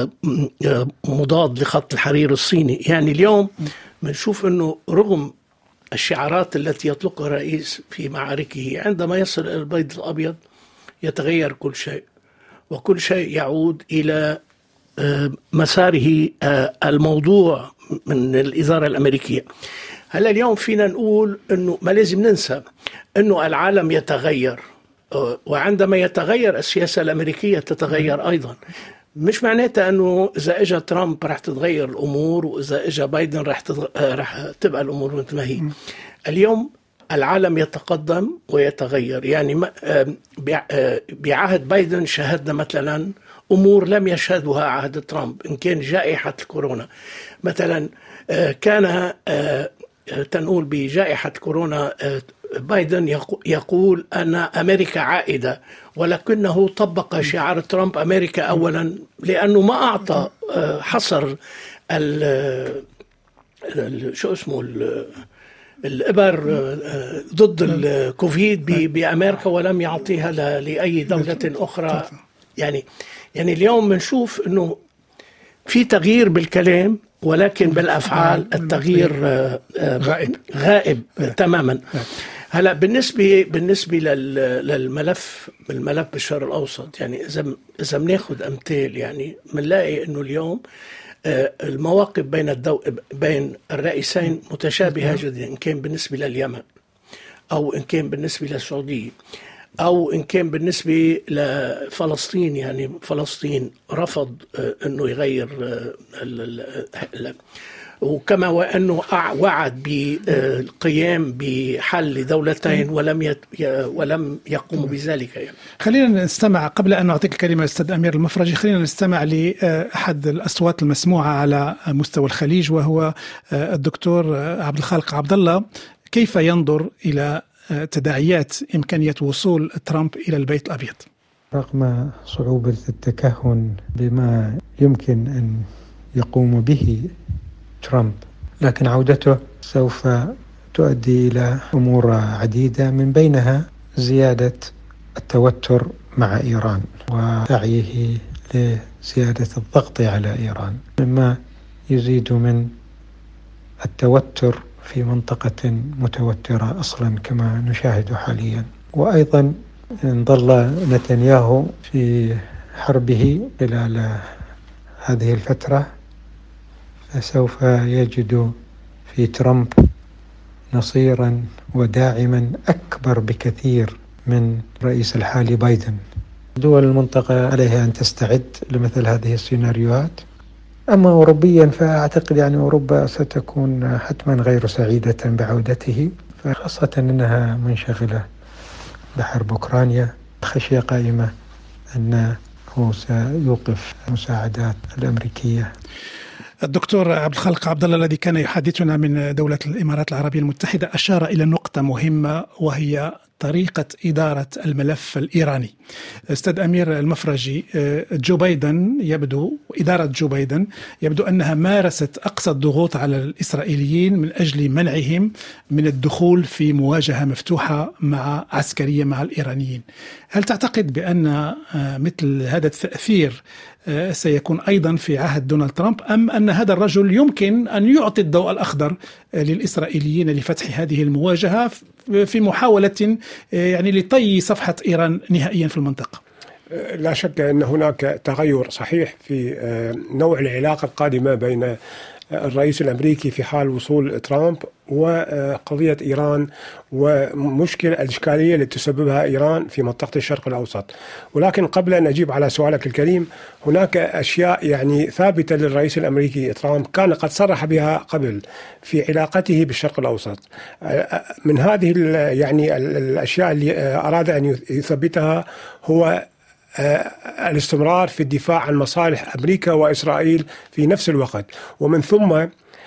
مضاد لخط الحرير الصيني. يعني اليوم بنشوف أنه رغم الشعارات التي يطلقها الرئيس في معاركه، عندما يصل إلى البيت الأبيض يتغير كل شيء، وكل شيء يعود إلى مساره الموضوع من الإدارة الأمريكية. هلا اليوم فينا نقول أنه ما لازم ننسى أنه العالم يتغير، وعندما يتغير السياسة الأمريكية تتغير أيضا. مش معناتها أنه إذا إجا ترامب رح تتغير الأمور وإذا إجا بايدن رح تبقى الأمور مثل ما هي. اليوم العالم يتقدم ويتغير. يعني بعهد بايدن شاهدنا مثلا أمور لم يشهدها عهد ترامب، إن كان جائحة الكورونا مثلا. كان تنقول بجائحة كورونا بايدن يقول أن أمريكا عائدة، ولكنه طبق شعار ترامب أمريكا أولا، لأنه ما أعطى حصر شو اسمه الإبر ضد الكوفيد بأمريكا ولم يعطيها لأي دولة أخرى. يعني اليوم بنشوف أنه في تغيير بالكلام، ولكن بالأفعال التغيير غائب تماما. هلا بالنسبة للملف بالشرق الأوسط، يعني إذا بناخذ أمثال، يعني بنلاقي أنه اليوم المواقف بين الرئيسين متشابهة جدا، إن كان بالنسبة لليمن أو إن كان بالنسبة للسعودية أو إن كان بالنسبة لفلسطين. يعني فلسطين رفض أنه يغير وكما وأنه وعد بالقيام بحل دولتين ولم يقوم بذلك. يعني خلينا نستمع قبل أن نعطيك الكلمة أستاذ أمير المفرجي، خلينا نستمع لأحد الأصوات المسموعة على مستوى الخليج، وهو الدكتور عبد الخالق عبد الله. كيف ينظر إلى تداعيات إمكانية وصول ترامب إلى البيت الأبيض؟ رغم صعوبة التكهن بما يمكن أن يقوم به ترامب، لكن عودته سوف تؤدي إلى أمور عديدة، من بينها زيادة التوتر مع إيران وسعيه لزيادة الضغط على إيران، مما يزيد من التوتر في منطقة متوترة أصلا كما نشاهد حاليا. وأيضا إن ظل نتنياهو في حربه خلال هذه الفترة فسوف يجد في ترامب نصيرا وداعما أكبر بكثير من الرئيس الحالي بايدن. دول المنطقة عليها أن تستعد لمثل هذه السيناريوهات. أما أوروبيا فأعتقد يعني أوروبا ستكون حتما غير سعيدة بعودته، خاصة أنها منشغلة بحرب أوكرانيا، خشية قائمة أنه سيوقف المساعدات الأمريكية. الدكتور عبد الخالق عبد الله الذي كان يحدثنا من دولة الإمارات العربية المتحدة أشار إلى نقطة مهمة، وهي طريقة إدارة الملف الإيراني. أستاذ أمير المفرجي، إدارة جو بايدن يبدو أنها مارست أقصى الضغوط على الإسرائيليين من أجل منعهم من الدخول في مواجهة مفتوحة عسكرية مع الإيرانيين. هل تعتقد بأن مثل هذا التأثير سيكون أيضا في عهد دونالد ترامب، أم أن هذا الرجل يمكن أن يعطي الضوء الأخضر للإسرائيليين لفتح هذه المواجهة في محاولة يعني لطي صفحة إيران نهائيا في المنطقة؟ لا شك أن هناك تغير صحيح في نوع العلاقة القادمة بين الرئيس الأمريكي في حال وصول ترامب وقضية إيران ومشكلة الإشكالية التي تسببها إيران في منطقة الشرق الأوسط. ولكن قبل أن أجيب على سؤالك الكريم، هناك أشياء يعني ثابتة للرئيس الأمريكي ترامب كان قد صرح بها قبل في علاقته بالشرق الأوسط. من هذه يعني الأشياء اللي أراد أن يثبتها هو الاستمرار في الدفاع عن مصالح أمريكا وإسرائيل في نفس الوقت، ومن ثم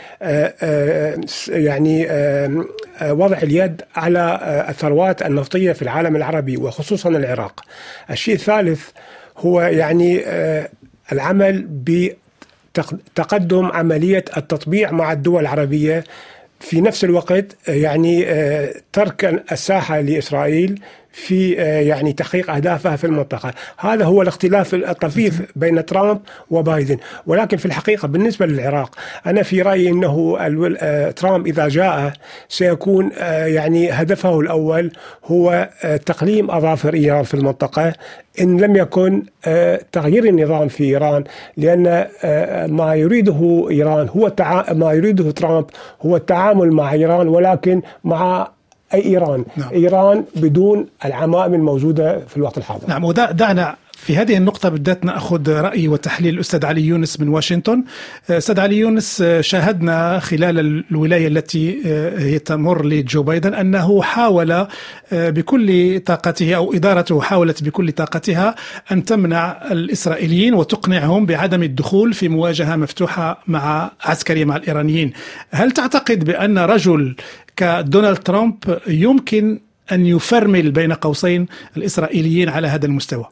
يعني وضع اليد على الثروات النفطية في العالم العربي وخصوصا العراق. الشيء الثالث هو يعني العمل بتقدم عملية التطبيع مع الدول العربية في نفس الوقت، يعني ترك الساحة لإسرائيل في يعني تحقيق أهدافها في المنطقة. هذا هو الاختلاف الطفيف بين ترامب وبايدن. ولكن في الحقيقة بالنسبة للعراق، أنا في رأيي أنه ترامب إذا جاء سيكون يعني هدفه الأول هو تقليم أظافر إيران في المنطقة إن لم يكن تغيير النظام في إيران، لأن ما يريده إيران هو ما يريده ترامب هو التعامل مع إيران، ولكن مع أي إيران. نعم. إيران بدون العمائم الموجودة في الوقت الحاضر. نعم، ودعنا في هذه النقطة بالذات نأخذ رأي وتحليل الأستاذ علي يونس من واشنطن. أستاذ علي يونس، شاهدنا خلال الولاية التي هي تمر لجو بايدن أنه حاول بكل طاقته، أو إدارته حاولت بكل طاقتها أن تمنع الإسرائيليين وتقنعهم بعدم الدخول في مواجهة مفتوحة عسكرية مع الإيرانيين. هل تعتقد بأن رجل كدونالد ترامب يمكن أن يفرمل بين قوسين الإسرائيليين على هذا المستوى؟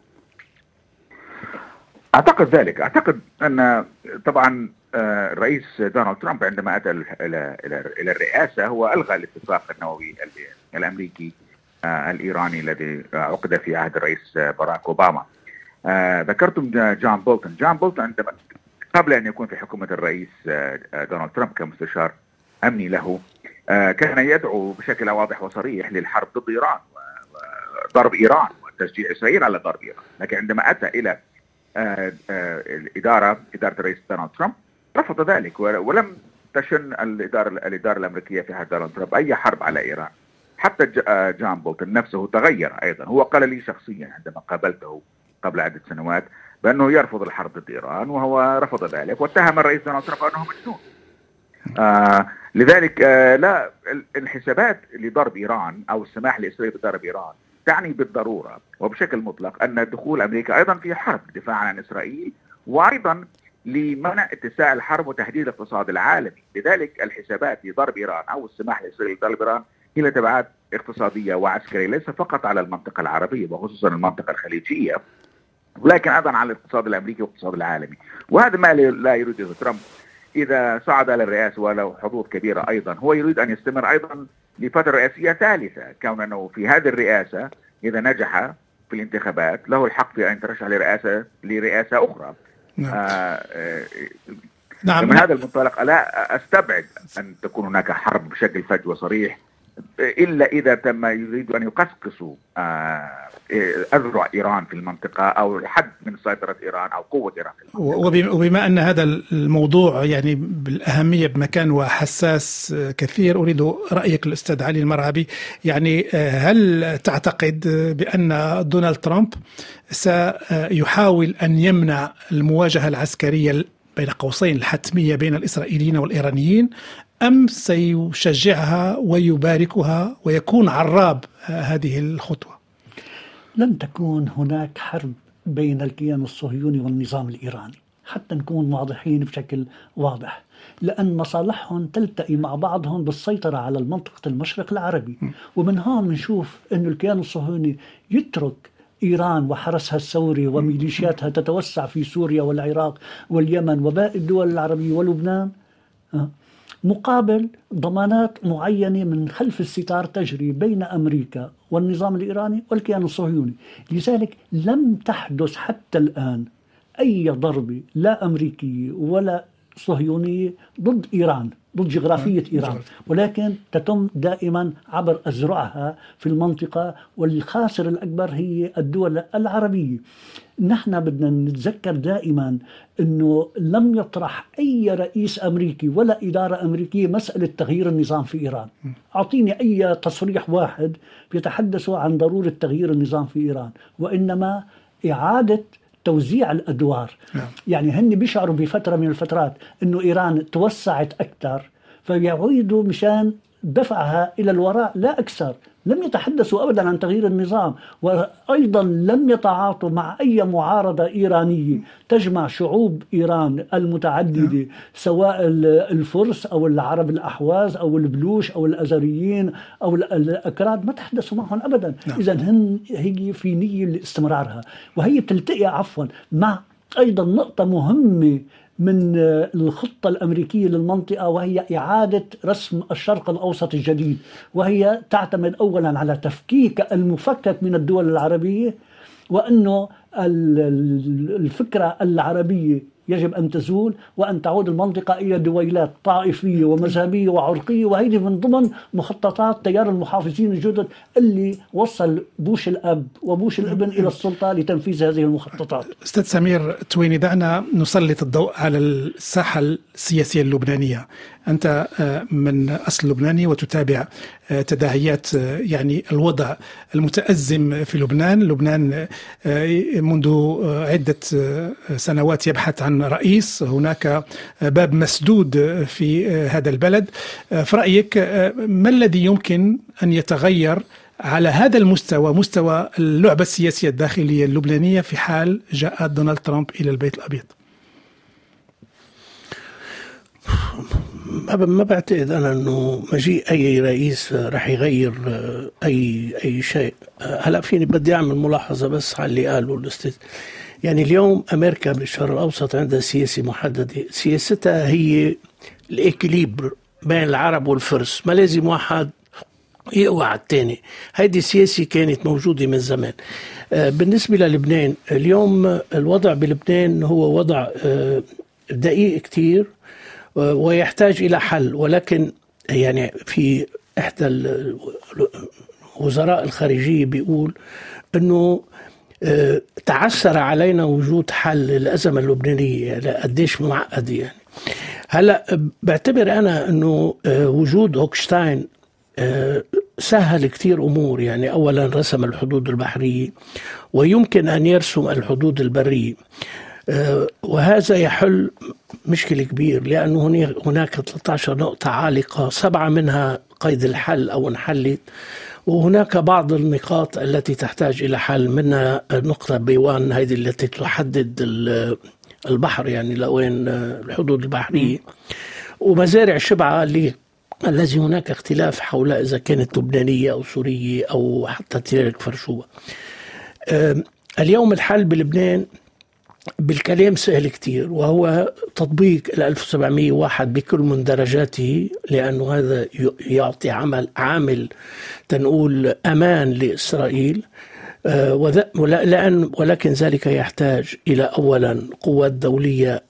أعتقد ذلك. أعتقد أن طبعا الرئيس دونالد ترامب عندما أتى إلى الرئاسة هو ألغى الاتفاق النووي الأمريكي الإيراني الذي عقد في عهد الرئيس باراك أوباما. ذكرتم جون بولتون. عندما قبل أن يكون في حكومة الرئيس دونالد ترامب كمستشار أمني له، كان يدعو بشكل واضح وصريح للحرب ضد إيران وضرب إيران وتشجيع إسرائيل على ضرب إيران. لكن عندما أتى إلى إدارة الرئيس دونالد ترامب رفض ذلك، ولم تشن الإدارة الأمريكية في عهد دونالد ترامب أي حرب على إيران. حتى جون بولتون نفسه تغير أيضا. هو قال لي شخصيا عندما قابلته قبل عدة سنوات بأنه يرفض الحرب ضد إيران، وهو رفض ذلك واتهم الرئيس دونالد ترامب أنه مجنون. لذلك لا، الحسابات لضرب إيران أو السماح لإسرائيل بضرب إيران تعني بالضرورة وبشكل مطلق أن دخول أمريكا أيضا في حرب دفاعا عن إسرائيل، وأيضا لمنع اتساع الحرب وتهديد الاقتصاد العالمي. لذلك الحسابات لضرب إيران أو السماح لإسرائيل بضرب إيران هي له تبعات اقتصادية وعسكرية، ليس فقط على المنطقة العربية وخصوصا المنطقة الخليجية، ولكن أيضا على الاقتصاد الأمريكي والاقتصاد العالمي. وهذا ما لا يريده ترامب إذا صعد إلى الرئاسة وله حظوظ كبيرة. أيضا هو يريد أن يستمر أيضا لفترة رئاسية ثالثة، كون أنه في هذه الرئاسة إذا نجح في الانتخابات له الحق في أن يترشح لرئاسة أخرى. نعم. من هذا المنطلق لا أستبعد أن تكون هناك حرب بشكل فج وصريح، إلا إذا تم يريد أن يقصقصوا أذرع إيران في المنطقة أو الحد من سيطرة إيران أو قوة إيران في المنطقة. وبما أن هذا الموضوع يعني بالأهمية بمكان وحساس كثير، أريد رأيك الأستاذ علي المرعبي. يعني هل تعتقد بأن دونالد ترامب سيحاول أن يمنع المواجهة العسكرية بين قوسين الحتمية بين الإسرائيليين والإيرانيين، أم سيشجعها ويباركها ويكون عراب هذه الخطوة؟ لن تكون هناك حرب بين الكيان الصهيوني والنظام الإيراني، حتى نكون واضحين بشكل واضح، لأن مصالحهم تلتقي مع بعضهم بالسيطرة على منطقة المشرق العربي. ومن هون بنشوف أن الكيان الصهيوني يترك إيران وحرسها الثوري وميليشياتها تتوسع في سوريا والعراق واليمن وباقي الدول العربية ولبنان، مقابل ضمانات معينة من خلف الستار تجري بين أمريكا والنظام الإيراني والكيان الصهيوني. لذلك لم تحدث حتى الآن أي ضربة لا أمريكية ولا صهيونية ضد إيران، ضد جغرافية إيران، ولكن تتم دائما عبر أزرعها في المنطقة، والخاسر الأكبر هي الدول العربية. نحن بدنا نتذكر دائما أنه لم يطرح أي رئيس أمريكي ولا إدارة أمريكية مسألة تغيير النظام في إيران. أعطيني أي تصريح واحد بيتحدثوا عن ضرورة تغيير النظام في إيران، وإنما إعادة توزيع الأدوار. يعني هن بيشعروا بفترة من الفترات أنه إيران توسعت أكثر فيعيدوا مشان دفعها إلى الوراء لا أكثر. لم يتحدثوا أبدا عن تغيير النظام، وأيضا لم يتعاطوا مع أي معارضة إيرانية تجمع شعوب إيران المتعددة، سواء الفرس أو العرب الأحواز أو البلوش أو الأزريين أو الأكراد، ما تحدثوا معهم أبدا. إذا هي في نية لاستمرارها، وهي بتلتقي مع أيضا نقطة مهمة من الخطة الأمريكية للمنطقة، وهي إعادة رسم الشرق الأوسط الجديد، وهي تعتمد أولا على تفكيك المفكك من الدول العربية، وأنه الفكرة العربية يجب أن تزول وأن تعود المنطقة إلى دويلات طائفية ومذهبية وعرقية. وهذه من ضمن مخططات تيار المحافظين الجدد اللي وصل بوش الأب وبوش الابن إلى السلطة لتنفيذ هذه المخططات. أستاذ سمير تويني، دعنا نسلط الضوء على الساحة السياسية اللبنانية. أنت من أصل لبناني وتتابع تداعيات يعني الوضع المتأزم في لبنان. لبنان منذ عدة سنوات يبحث عن رئيس، هناك باب مسدود في هذا البلد. في رأيك ما الذي يمكن أن يتغير على هذا المستوى، مستوى اللعبة السياسية الداخلية اللبنانية، في حال جاء دونالد ترامب إلى البيت الأبيض؟ ما بعتقد أنا أنه مجيء أي رئيس رح يغير أي شيء. هلأ فيني بدي أعمل ملاحظة بس على اللي قاله الأستاذ. يعني اليوم أمريكا بالشرق الأوسط عندها سياسة محددة، سياستها هي الإكليبر بين العرب والفرس، ما لازم واحد يقوى على الثاني. هذه السياسة كانت موجودة من زمان. بالنسبة للبنان اليوم، الوضع بلبنان هو وضع دقيق كتير ويحتاج إلى حل، ولكن يعني في إحدى وزراء الخارجية بيقول أنه تعسر علينا وجود حل للأزمة اللبنانية، قديش معقدة. يعني هلأ بعتبر أنا أنه وجود هوكشتاين سهل كتير أمور. يعني أولا رسم الحدود البحرية، ويمكن أن يرسم الحدود البرية، وهذا يحل مشكلة كبير، لأنه هناك 13 نقطة عالقة، 7 منها قيد الحل أو انحلت، وهناك بعض النقاط التي تحتاج إلى حل، منها نقطة بيوان هذه التي تحدد البحر، يعني لوين الحدود البحرية، ومزارع شبعة الذي هناك اختلاف حول إذا كانت لبنانية أو سورية أو حتى تيرك فرشوبة. اليوم الحل بلبنان بالكلام سهل كتير، وهو تطبيق 1701 بكل مندرجاته، لأنه هذا يعطي عامل تنقول أمان لإسرائيل، ولكن ذلك يحتاج إلى أولا قوات دولية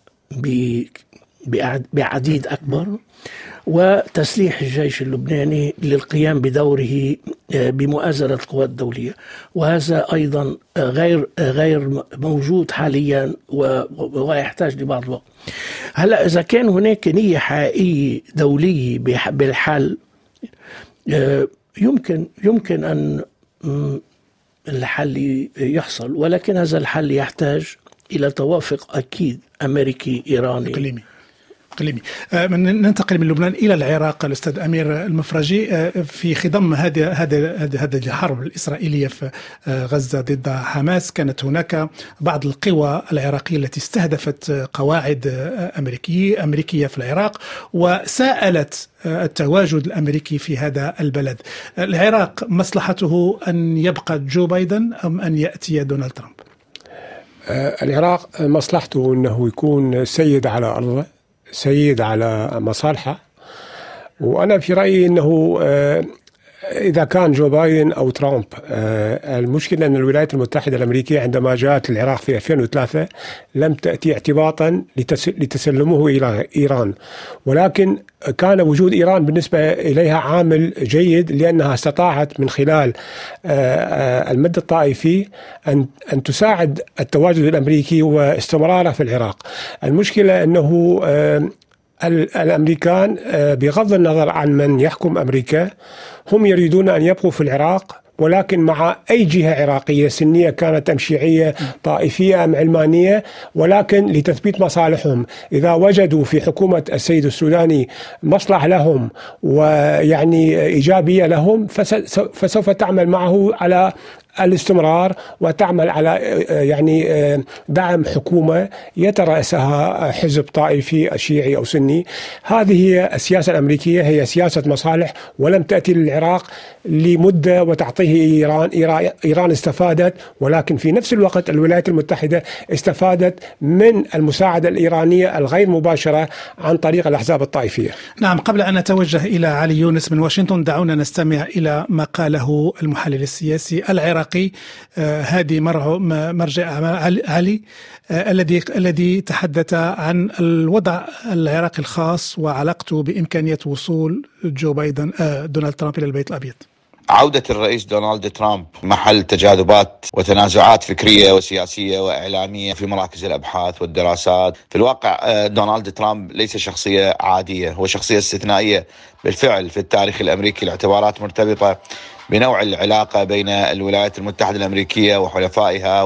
بعديد أكبر، وتسليح الجيش اللبناني للقيام بدوره بمؤازرة القوات الدولية، وهذا أيضا غير موجود حاليا ويحتاج لبعض الوقت. هلأ إذا كان هناك نية حقيقية دولية بالحل، يمكن أن الحل يحصل، ولكن هذا الحل يحتاج إلى توافق أكيد أمريكي إيراني إقليمي. ننتقل من لبنان إلى العراق. الأستاذ أمير المفرجي، في خضم هذه الحرب الإسرائيلية في غزة ضد حماس، كانت هناك بعض القوى العراقية التي استهدفت قواعد أمريكية في العراق وساءلت التواجد الأمريكي في هذا البلد. العراق مصلحته أن يبقى جو بايدن أم أن يأتي دونالد ترامب؟ العراق مصلحته أنه يكون سيد على أرضه، سيد على مصالحه. وأنا في رأيي أنه إذا كان جو بايدن أو ترامب، المشكلة أن الولايات المتحدة الأمريكية عندما جاءت العراق في 2003 لم تأتي اعتباطا لتسلمه إلى إيران، ولكن كان وجود إيران بالنسبة إليها عامل جيد، لأنها استطاعت من خلال المد الطائفي أن تساعد التواجد الأمريكي واستمراره في العراق. المشكلة أنه الأمريكان بغض النظر عن من يحكم أمريكا هم يريدون أن يبقوا في العراق، ولكن مع أي جهة عراقية سنية كانت أم شيعية طائفية أم علمانية، ولكن لتثبيت مصالحهم. إذا وجدوا في حكومة السيد السوداني مصلحة لهم ويعني إيجابية لهم فسوف تعمل معه على الاستمرار وتعمل على يعني دعم حكومة يترأسها حزب طائفي شيعي أو سني. هذه هي السياسة الأمريكية، هي سياسة مصالح ولم تأتي للعراق لمدة وتعطيه إيران استفادت، ولكن في نفس الوقت الولايات المتحدة استفادت من المساعدة الإيرانية الغير مباشرة عن طريق الأحزاب الطائفية. نعم، قبل أن نتوجه إلى علي يونس من واشنطن دعونا نستمع إلى ما قاله المحلل السياسي العراقي هادي مرجع علي الذي تحدث عن الوضع العراقي الخاص وعلاقته بإمكانية وصول جو بايدن دونالد ترامب إلى البيت الأبيض. عودة الرئيس دونالد ترامب محل تجاذبات وتنازعات فكرية وسياسية وإعلامية في مراكز الأبحاث والدراسات. في الواقع دونالد ترامب ليس شخصية عادية، هو شخصية استثنائية بالفعل في التاريخ الأمريكي. الاعتبارات مرتبطة بنوع العلاقة بين الولايات المتحدة الأمريكية وحلفائها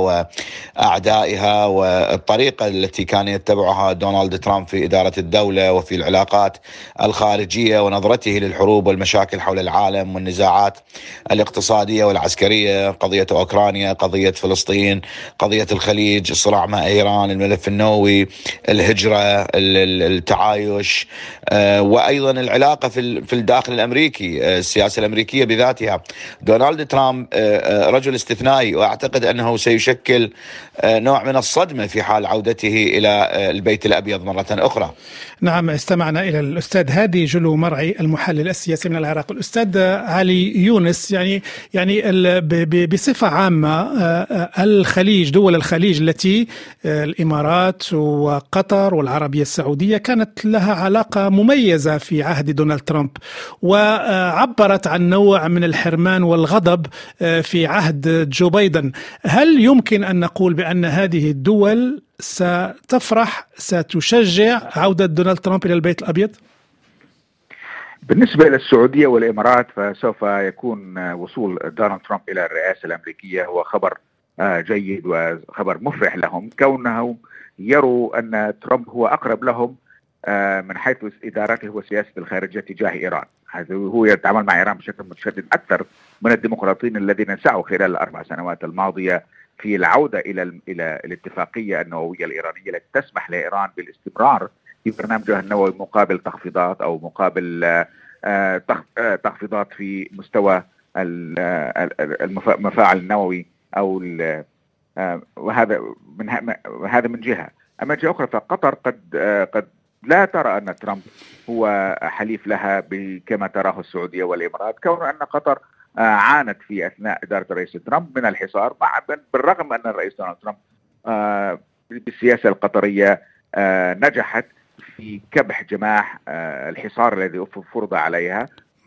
وأعدائها والطريقة التي كان يتبعها دونالد ترامب في إدارة الدولة وفي العلاقات الخارجية ونظرته للحروب والمشاكل حول العالم والنزاعات الاقتصادية والعسكرية، قضية أوكرانيا، قضية فلسطين، قضية الخليج، الصراع مع إيران، الملف النووي، الهجرة، التعايش، وأيضا العلاقة في الداخل الأمريكي، السياسة الأمريكية بذاتها. دونالد ترامب رجل استثنائي، وأعتقد أنه سيشكل نوع من الصدمة في حال عودته إلى البيت الأبيض مرة أخرى. نعم، استمعنا إلى الأستاذ هادي جلو مرعي المحلل السياسي من العراق. الأستاذ علي يونس، يعني بصفة عامة الخليج، دول الخليج التي الإمارات وقطر والعربية السعودية كانت لها علاقة مميزة في عهد دونالد ترامب، وعبرت عن نوع من الحرمان والغضب في عهد جو بايدن. هل يمكن أن نقول بأن هذه الدول ستفرح، ستشجع عودة دونالد ترامب إلى البيت الأبيض؟ بالنسبة للسعودية والإمارات فسوف يكون وصول دونالد ترامب إلى الرئاسة الأمريكية هو خبر جيد وخبر مفرح لهم، كونهم يروا أن ترامب هو أقرب لهم من حيث إدارته وسياسة الخارجية تجاه إيران. هو يتعامل مع إيران بشكل متشدد أكثر من الديمقراطيين الذين سعوا خلال ال4 سنوات الماضية في العودة إلى الاتفاقية النووية الإيرانية التي تسمح لإيران بالاستمرار في برنامجها النووي مقابل تخفيضات أو مقابل تخفيضات في مستوى المفاعل النووي أو وهذا من جهة. أما جهة أخرى فقطر قد لا ترى أن ترامب هو حليف لها كما تراه السعودية والإمارات، كون أن قطر عانت في أثناء إدارة الرئيس ترامب من الحصار، بالرغم أن الرئيس دونالد ترامب بالسياسة القطرية نجحت في كبح جماح الحصار الذي فرض عليها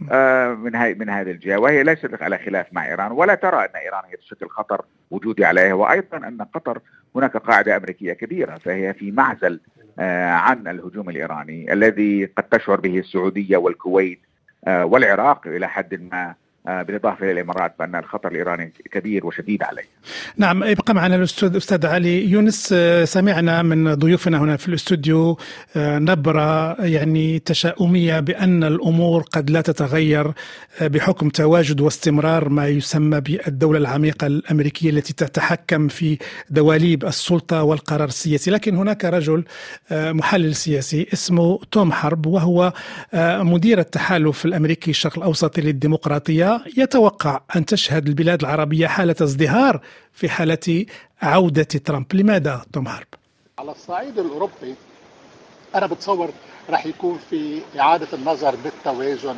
من هذه الجهة، وهي ليست على خلاف مع إيران ولا ترى أن إيران هي تشكل خطر وجودي عليها، وأيضا أن قطر هناك قاعدة أمريكية كبيرة فهي في معزل عن الهجوم الإيراني الذي قد تشعر به السعودية والكويت والعراق إلى حد ما بالإضافة إلى الإمارات، بأن الخطر الإيراني كبير وشديد عليه. نعم، يبقى معنا الأستاذ علي يونس. سمعنا من ضيوفنا هنا في الاستوديو نبرة يعني تشاؤمية بأن الأمور قد لا تتغير بحكم تواجد واستمرار ما يسمى بالدولة العميقة الأمريكية التي تتحكم في دواليب السلطة والقرار السياسي. لكن هناك رجل محلل سياسي اسمه توم حرب، وهو مدير التحالف الأمريكي الشرق الأوسطي للديمقراطية، يتوقع أن تشهد البلاد العربية حالة ازدهار في حالة عودة ترامب. لماذا توم حرب؟ على الصعيد الأوروبي أنا بتصور رح يكون في إعادة النظر بالتوازن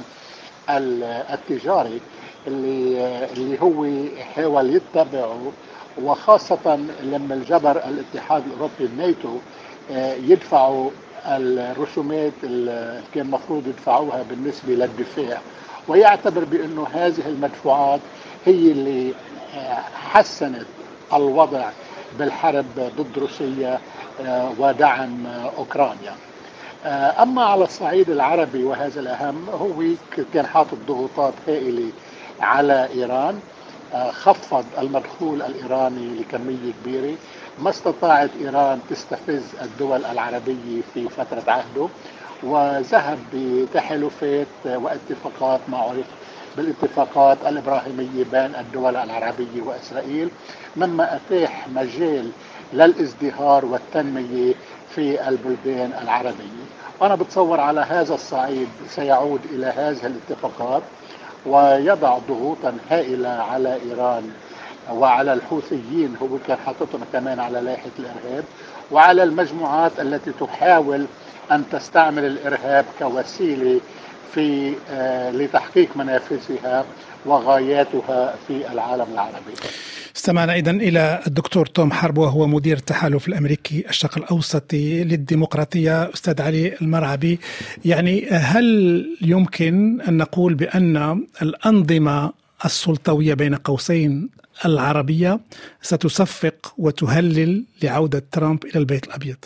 التجاري اللي هو حاول يتبعه، وخاصة لما الجبر الاتحاد الأوروبي الناتو يدفعوا الرسومات اللي كان مفروض يدفعوها بالنسبة للدفاع، ويعتبر بأنه هذه المدفوعات هي اللي حسنت الوضع بالحرب ضد روسيا ودعم أوكرانيا. أما على الصعيد العربي وهذا الأهم، هو كان حاطط ضغوطات هائلة على إيران، خفض المدخول الإيراني لكمية كبيرة، ما استطاعت إيران تستفز الدول العربية في فترة عهده، وذهب بتحالفات واتفاقات ما عرف بالاتفاقات الإبراهيمية بين الدول العربية وإسرائيل، مما أتاح مجال للازدهار والتنمية في البلدان العربية. وأنا بتصور على هذا الصعيد سيعود إلى هذه الاتفاقات ويضع ضغوطا هائلة على إيران وعلى الحوثيين، هو كان حاططهم كمان على لائحة الإرهاب، وعلى المجموعات التي تحاول أن تستعمل الإرهاب كوسيلة في لتحقيق منافذها وغاياتها في العالم العربي. استمعنا إذن إلى الدكتور توم حرب، وهو مدير التحالف الأمريكي الشرق الأوسطي للديمقراطية. أستاذ علي المرعبي، يعني هل يمكن أن نقول بأن الأنظمة السلطوية بين قوسين العربية ستصفق وتهلل لعودة ترامب إلى البيت الأبيض؟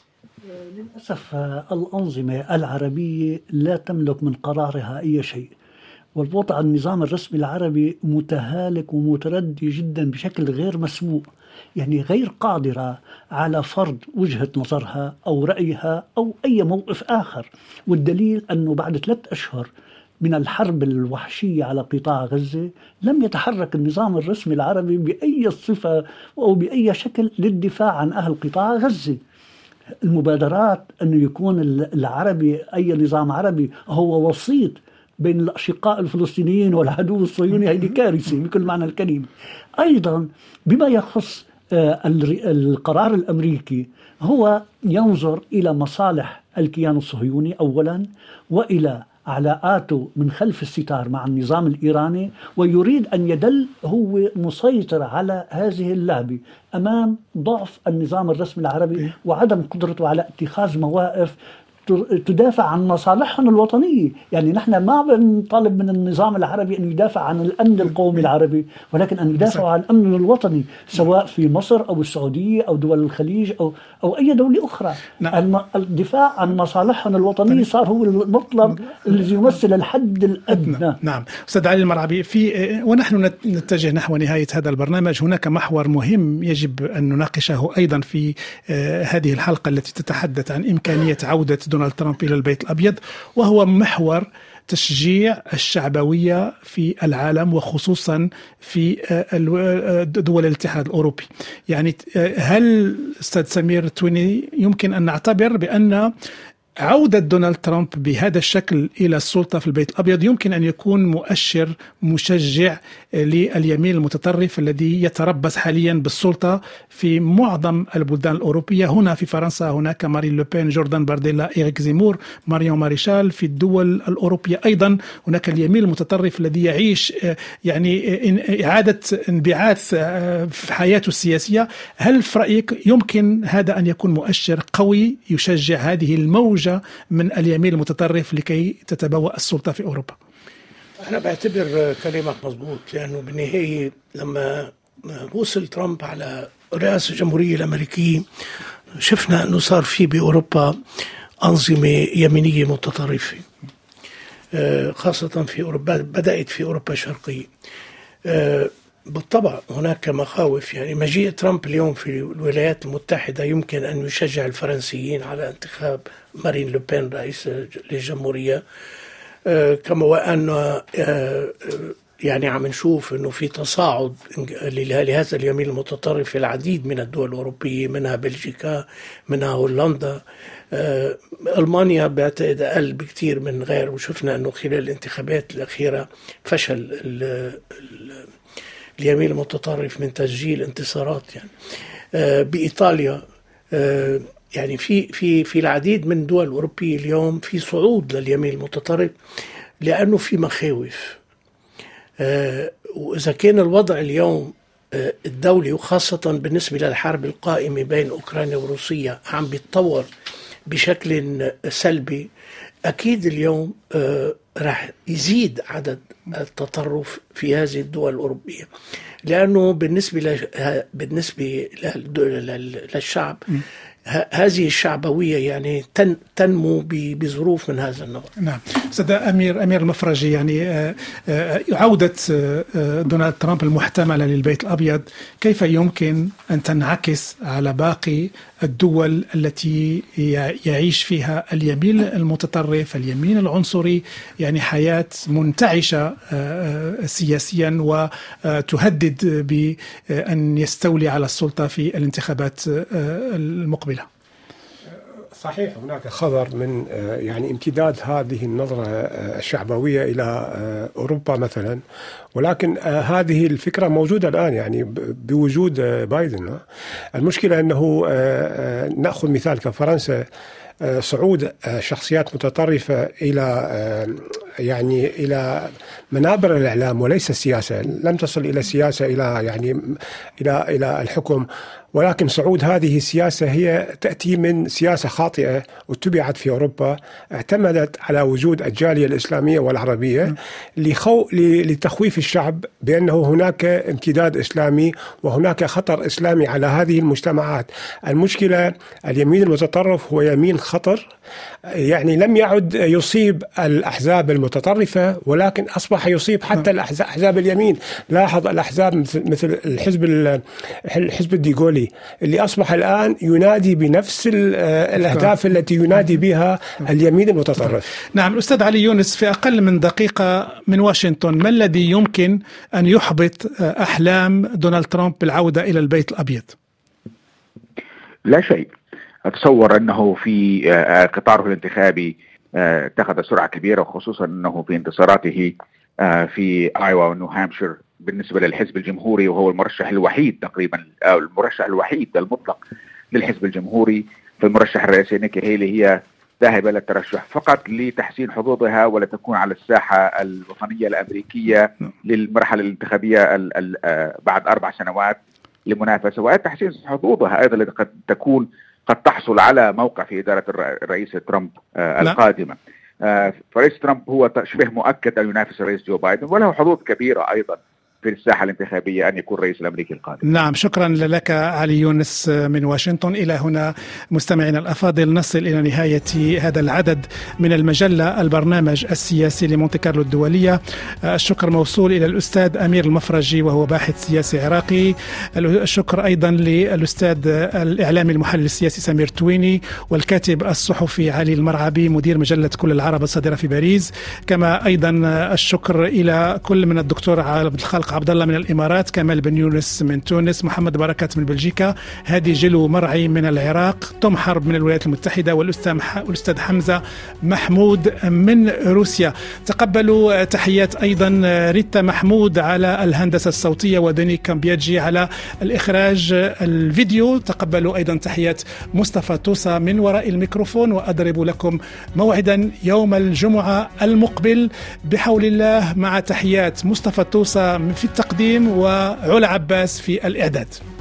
للأسف الأنظمة العربية لا تملك من قرارها أي شيء، والوضع النظام الرسمي العربي متهالك ومتردي جدا بشكل غير مسبوق، يعني غير قادرة على فرض وجهة نظرها أو رأيها أو أي موقف آخر. والدليل أنه بعد 3 أشهر من الحرب الوحشية على قطاع غزة لم يتحرك النظام الرسمي العربي بأي صفة أو بأي شكل للدفاع عن أهل قطاع غزة. المبادرات أنه يكون العربي، أي نظام عربي، هو وسيط بين الأشقاء الفلسطينيين والعدو الصهيوني، هذه كارثة بكل معنى الكلمة. أيضا بما يخص القرار الأمريكي، هو ينظر إلى مصالح الكيان الصهيوني أولا، وإلى علاقاته من خلف الستار مع النظام الإيراني، ويريد أن يدل هو مسيطر على هذه اللعبة أمام ضعف النظام الرسمي العربي وعدم قدرته على اتخاذ مواقف تدافع عن مصالحهم الوطنية. يعني نحن ما بنطالب من النظام العربي أن يدافع عن الأمن القومي العربي، ولكن أن يدافع عن الأمن الوطني، سواء في مصر أو السعودية أو دول الخليج أو أي دولة أخرى. الدفاع عن مصالحهم الوطنية صار هو المطلب الذي يمثل الحد الأدنى. نعم أستاذ علي المرعبي، ونحن نتجه نحو نهاية هذا البرنامج، هناك محور مهم يجب أن نناقشه أيضا في هذه الحلقة التي تتحدث عن إمكانية عودة دونالد ترامب إلى البيت الأبيض، وهو محور تشجيع الشعبوية في العالم وخصوصا في دول الاتحاد الأوروبي. يعني هل أستاذ سمير تويني يمكن أن نعتبر بأن عودة دونالد ترامب بهذا الشكل إلى السلطة في البيت الأبيض يمكن أن يكون مؤشر مشجع لليمين المتطرف الذي يتربص حاليا بالسلطة في معظم البلدان الأوروبية؟ هنا في فرنسا هناك مارين لوبين، جوردان بارديلا، إيريك زيمور، ماريون ماريشال. في الدول الأوروبية أيضا هناك اليمين المتطرف الذي يعيش يعني إعادة انبعاث في حياته السياسية. هل في رأيك يمكن هذا أن يكون مؤشر قوي يشجع هذه الموجة من اليمين المتطرف لكي تتبوأ السلطة في أوروبا؟ أنا بعتبر كلامك مضبوط، لأنه بالنهاية لما وصل ترامب على رئاسة الجمهورية الأمريكية شفنا أنه صار في بأوروبا أنظمة يمينية متطرفة. خاصة في أوروبا، بدأت في أوروبا الشرقية. بالطبع هناك مخاوف، يعني مجيء ترامب اليوم في الولايات المتحدة يمكن أن يشجع الفرنسيين على انتخاب مارين لوبين رئيس للجمهورية، كما وأن يعني عم نشوف أنه في تصاعد لهذا اليمين المتطرف في العديد من الدول الأوروبية، منها بلجيكا، منها هولندا، ألمانيا بعتقد أقل بكتير من غير. وشفنا أنه خلال الانتخابات الأخيرة فشل اليمين المتطرف من تسجيل انتصارات. يعني بإيطاليا يعني في العديد من الدول الأوروبية اليوم في صعود لليمين المتطرف، لأنه في مخاوف. وإذا كان الوضع اليوم الدولي وخاصة بالنسبة للحرب القائمة بين أوكرانيا وروسيا عم بيتطور بشكل سلبي، أكيد اليوم راح يزيد عدد التطرف في هذه الدول الأوروبية، لأنه بالنسبة للشعب هذه الشعبوية يعني تنمو بظروف من هذا النوع. نعم. أستاذ أمير المفرجي، يعني عودة دونالد ترامب المحتملة للبيت الأبيض كيف يمكن أن تنعكس على باقي الدول التي يعيش فيها اليمين المتطرف، اليمين العنصري، يعني حياة منتعشة سياسيا وتهدد بأن يستولي على السلطة في الانتخابات المقبلة؟ صحيح، هناك خطر من يعني امتداد هذه النظرة الشعبوية إلى أوروبا مثلا، ولكن هذه الفكرة موجودة الآن يعني بوجود بايدن. المشكلة أنه نأخذ مثال كفرنسا، صعود شخصيات متطرفة إلى منابر الإعلام وليس السياسة، لم تصل إلى السياسة إلى الحكم، ولكن صعود هذه السياسة هي تأتي من سياسة خاطئة واتبعت في أوروبا، اعتمدت على وجود الجالية الإسلامية والعربية لتخويف الشعب بأنه هناك امتداد إسلامي وهناك خطر إسلامي على هذه المجتمعات. المشكلة اليمين المتطرف هو يمين خطر، يعني لم يعد يصيب الأحزاب المتطرفة ولكن أصبح يصيب حتى الأحزاب اليمين. لاحظ الأحزاب مثل الحزب الديغولي اللي أصبح الآن ينادي بنفس الأهداف التي ينادي بها اليمين المتطرف. نعم. الأستاذ علي يونس، في أقل من دقيقة من واشنطن، ما الذي يمكن أن يحبط أحلام دونالد ترامب بالعودة إلى البيت الأبيض؟ لا شيء. أتصور أنه في قطاره الانتخابي اتخذ سرعة كبيرة، وخصوصا أنه في انتصاراته في آيوا ونيو هامشير بالنسبة للحزب الجمهوري، وهو المرشح الوحيد تقريبا، المرشح الوحيد المطلق للحزب الجمهوري. فالمرشح الرئيسي نيكي هيلي هي ذاهبة للترشح فقط لتحسين حظوظها ولتكون على الساحة الوطنية الأمريكية للمرحلة الانتخابية بعد 4 سنوات لمنافسة وتحسين حظوظها أيضا قد تكون قد تحصل على موقع في إدارة الرئيس ترامب القادمة. فرئيس ترامب هو شبه مؤكد أن ينافس الرئيس جو بايدن، وله حظوظ كبيرة أيضا في الساحة الانتخابية أن يكون رئيس الأمريكي القادم. نعم، شكرا لك علي يونس من واشنطن. إلى هنا مستمعينا الأفاضل نصل إلى نهاية هذا العدد من المجلة البرنامج السياسي لمونتي كارلو الدولية. الشكر موصول إلى الأستاذ أمير المفرجي وهو باحث سياسي عراقي. الشكر أيضا للأستاذ الإعلامي المحلل السياسي سمير تويني، والكاتب الصحفي علي المرعبي مدير مجلة كل العرب الصادرة في باريس. كما أيضا الشكر إلى كل من الدكتور عبد الخالق عبد الله من الإمارات، كمال بن يونس من تونس، محمد بركات من بلجيكا، هادي جلو مرعي من العراق، توم حرب من الولايات المتحدة، والأستاذ حمزة محمود من روسيا. تقبلوا تحيات أيضا ريتا محمود على الهندسة الصوتية ودوني كامبياجي على الإخراج الفيديو. تقبلوا أيضا تحيات مصطفى توسا من وراء الميكروفون، وأضرب لكم موعدا يوم الجمعة المقبل بحول الله، مع تحيات مصطفى توسا في التقديم وعلا عباس في الإعداد.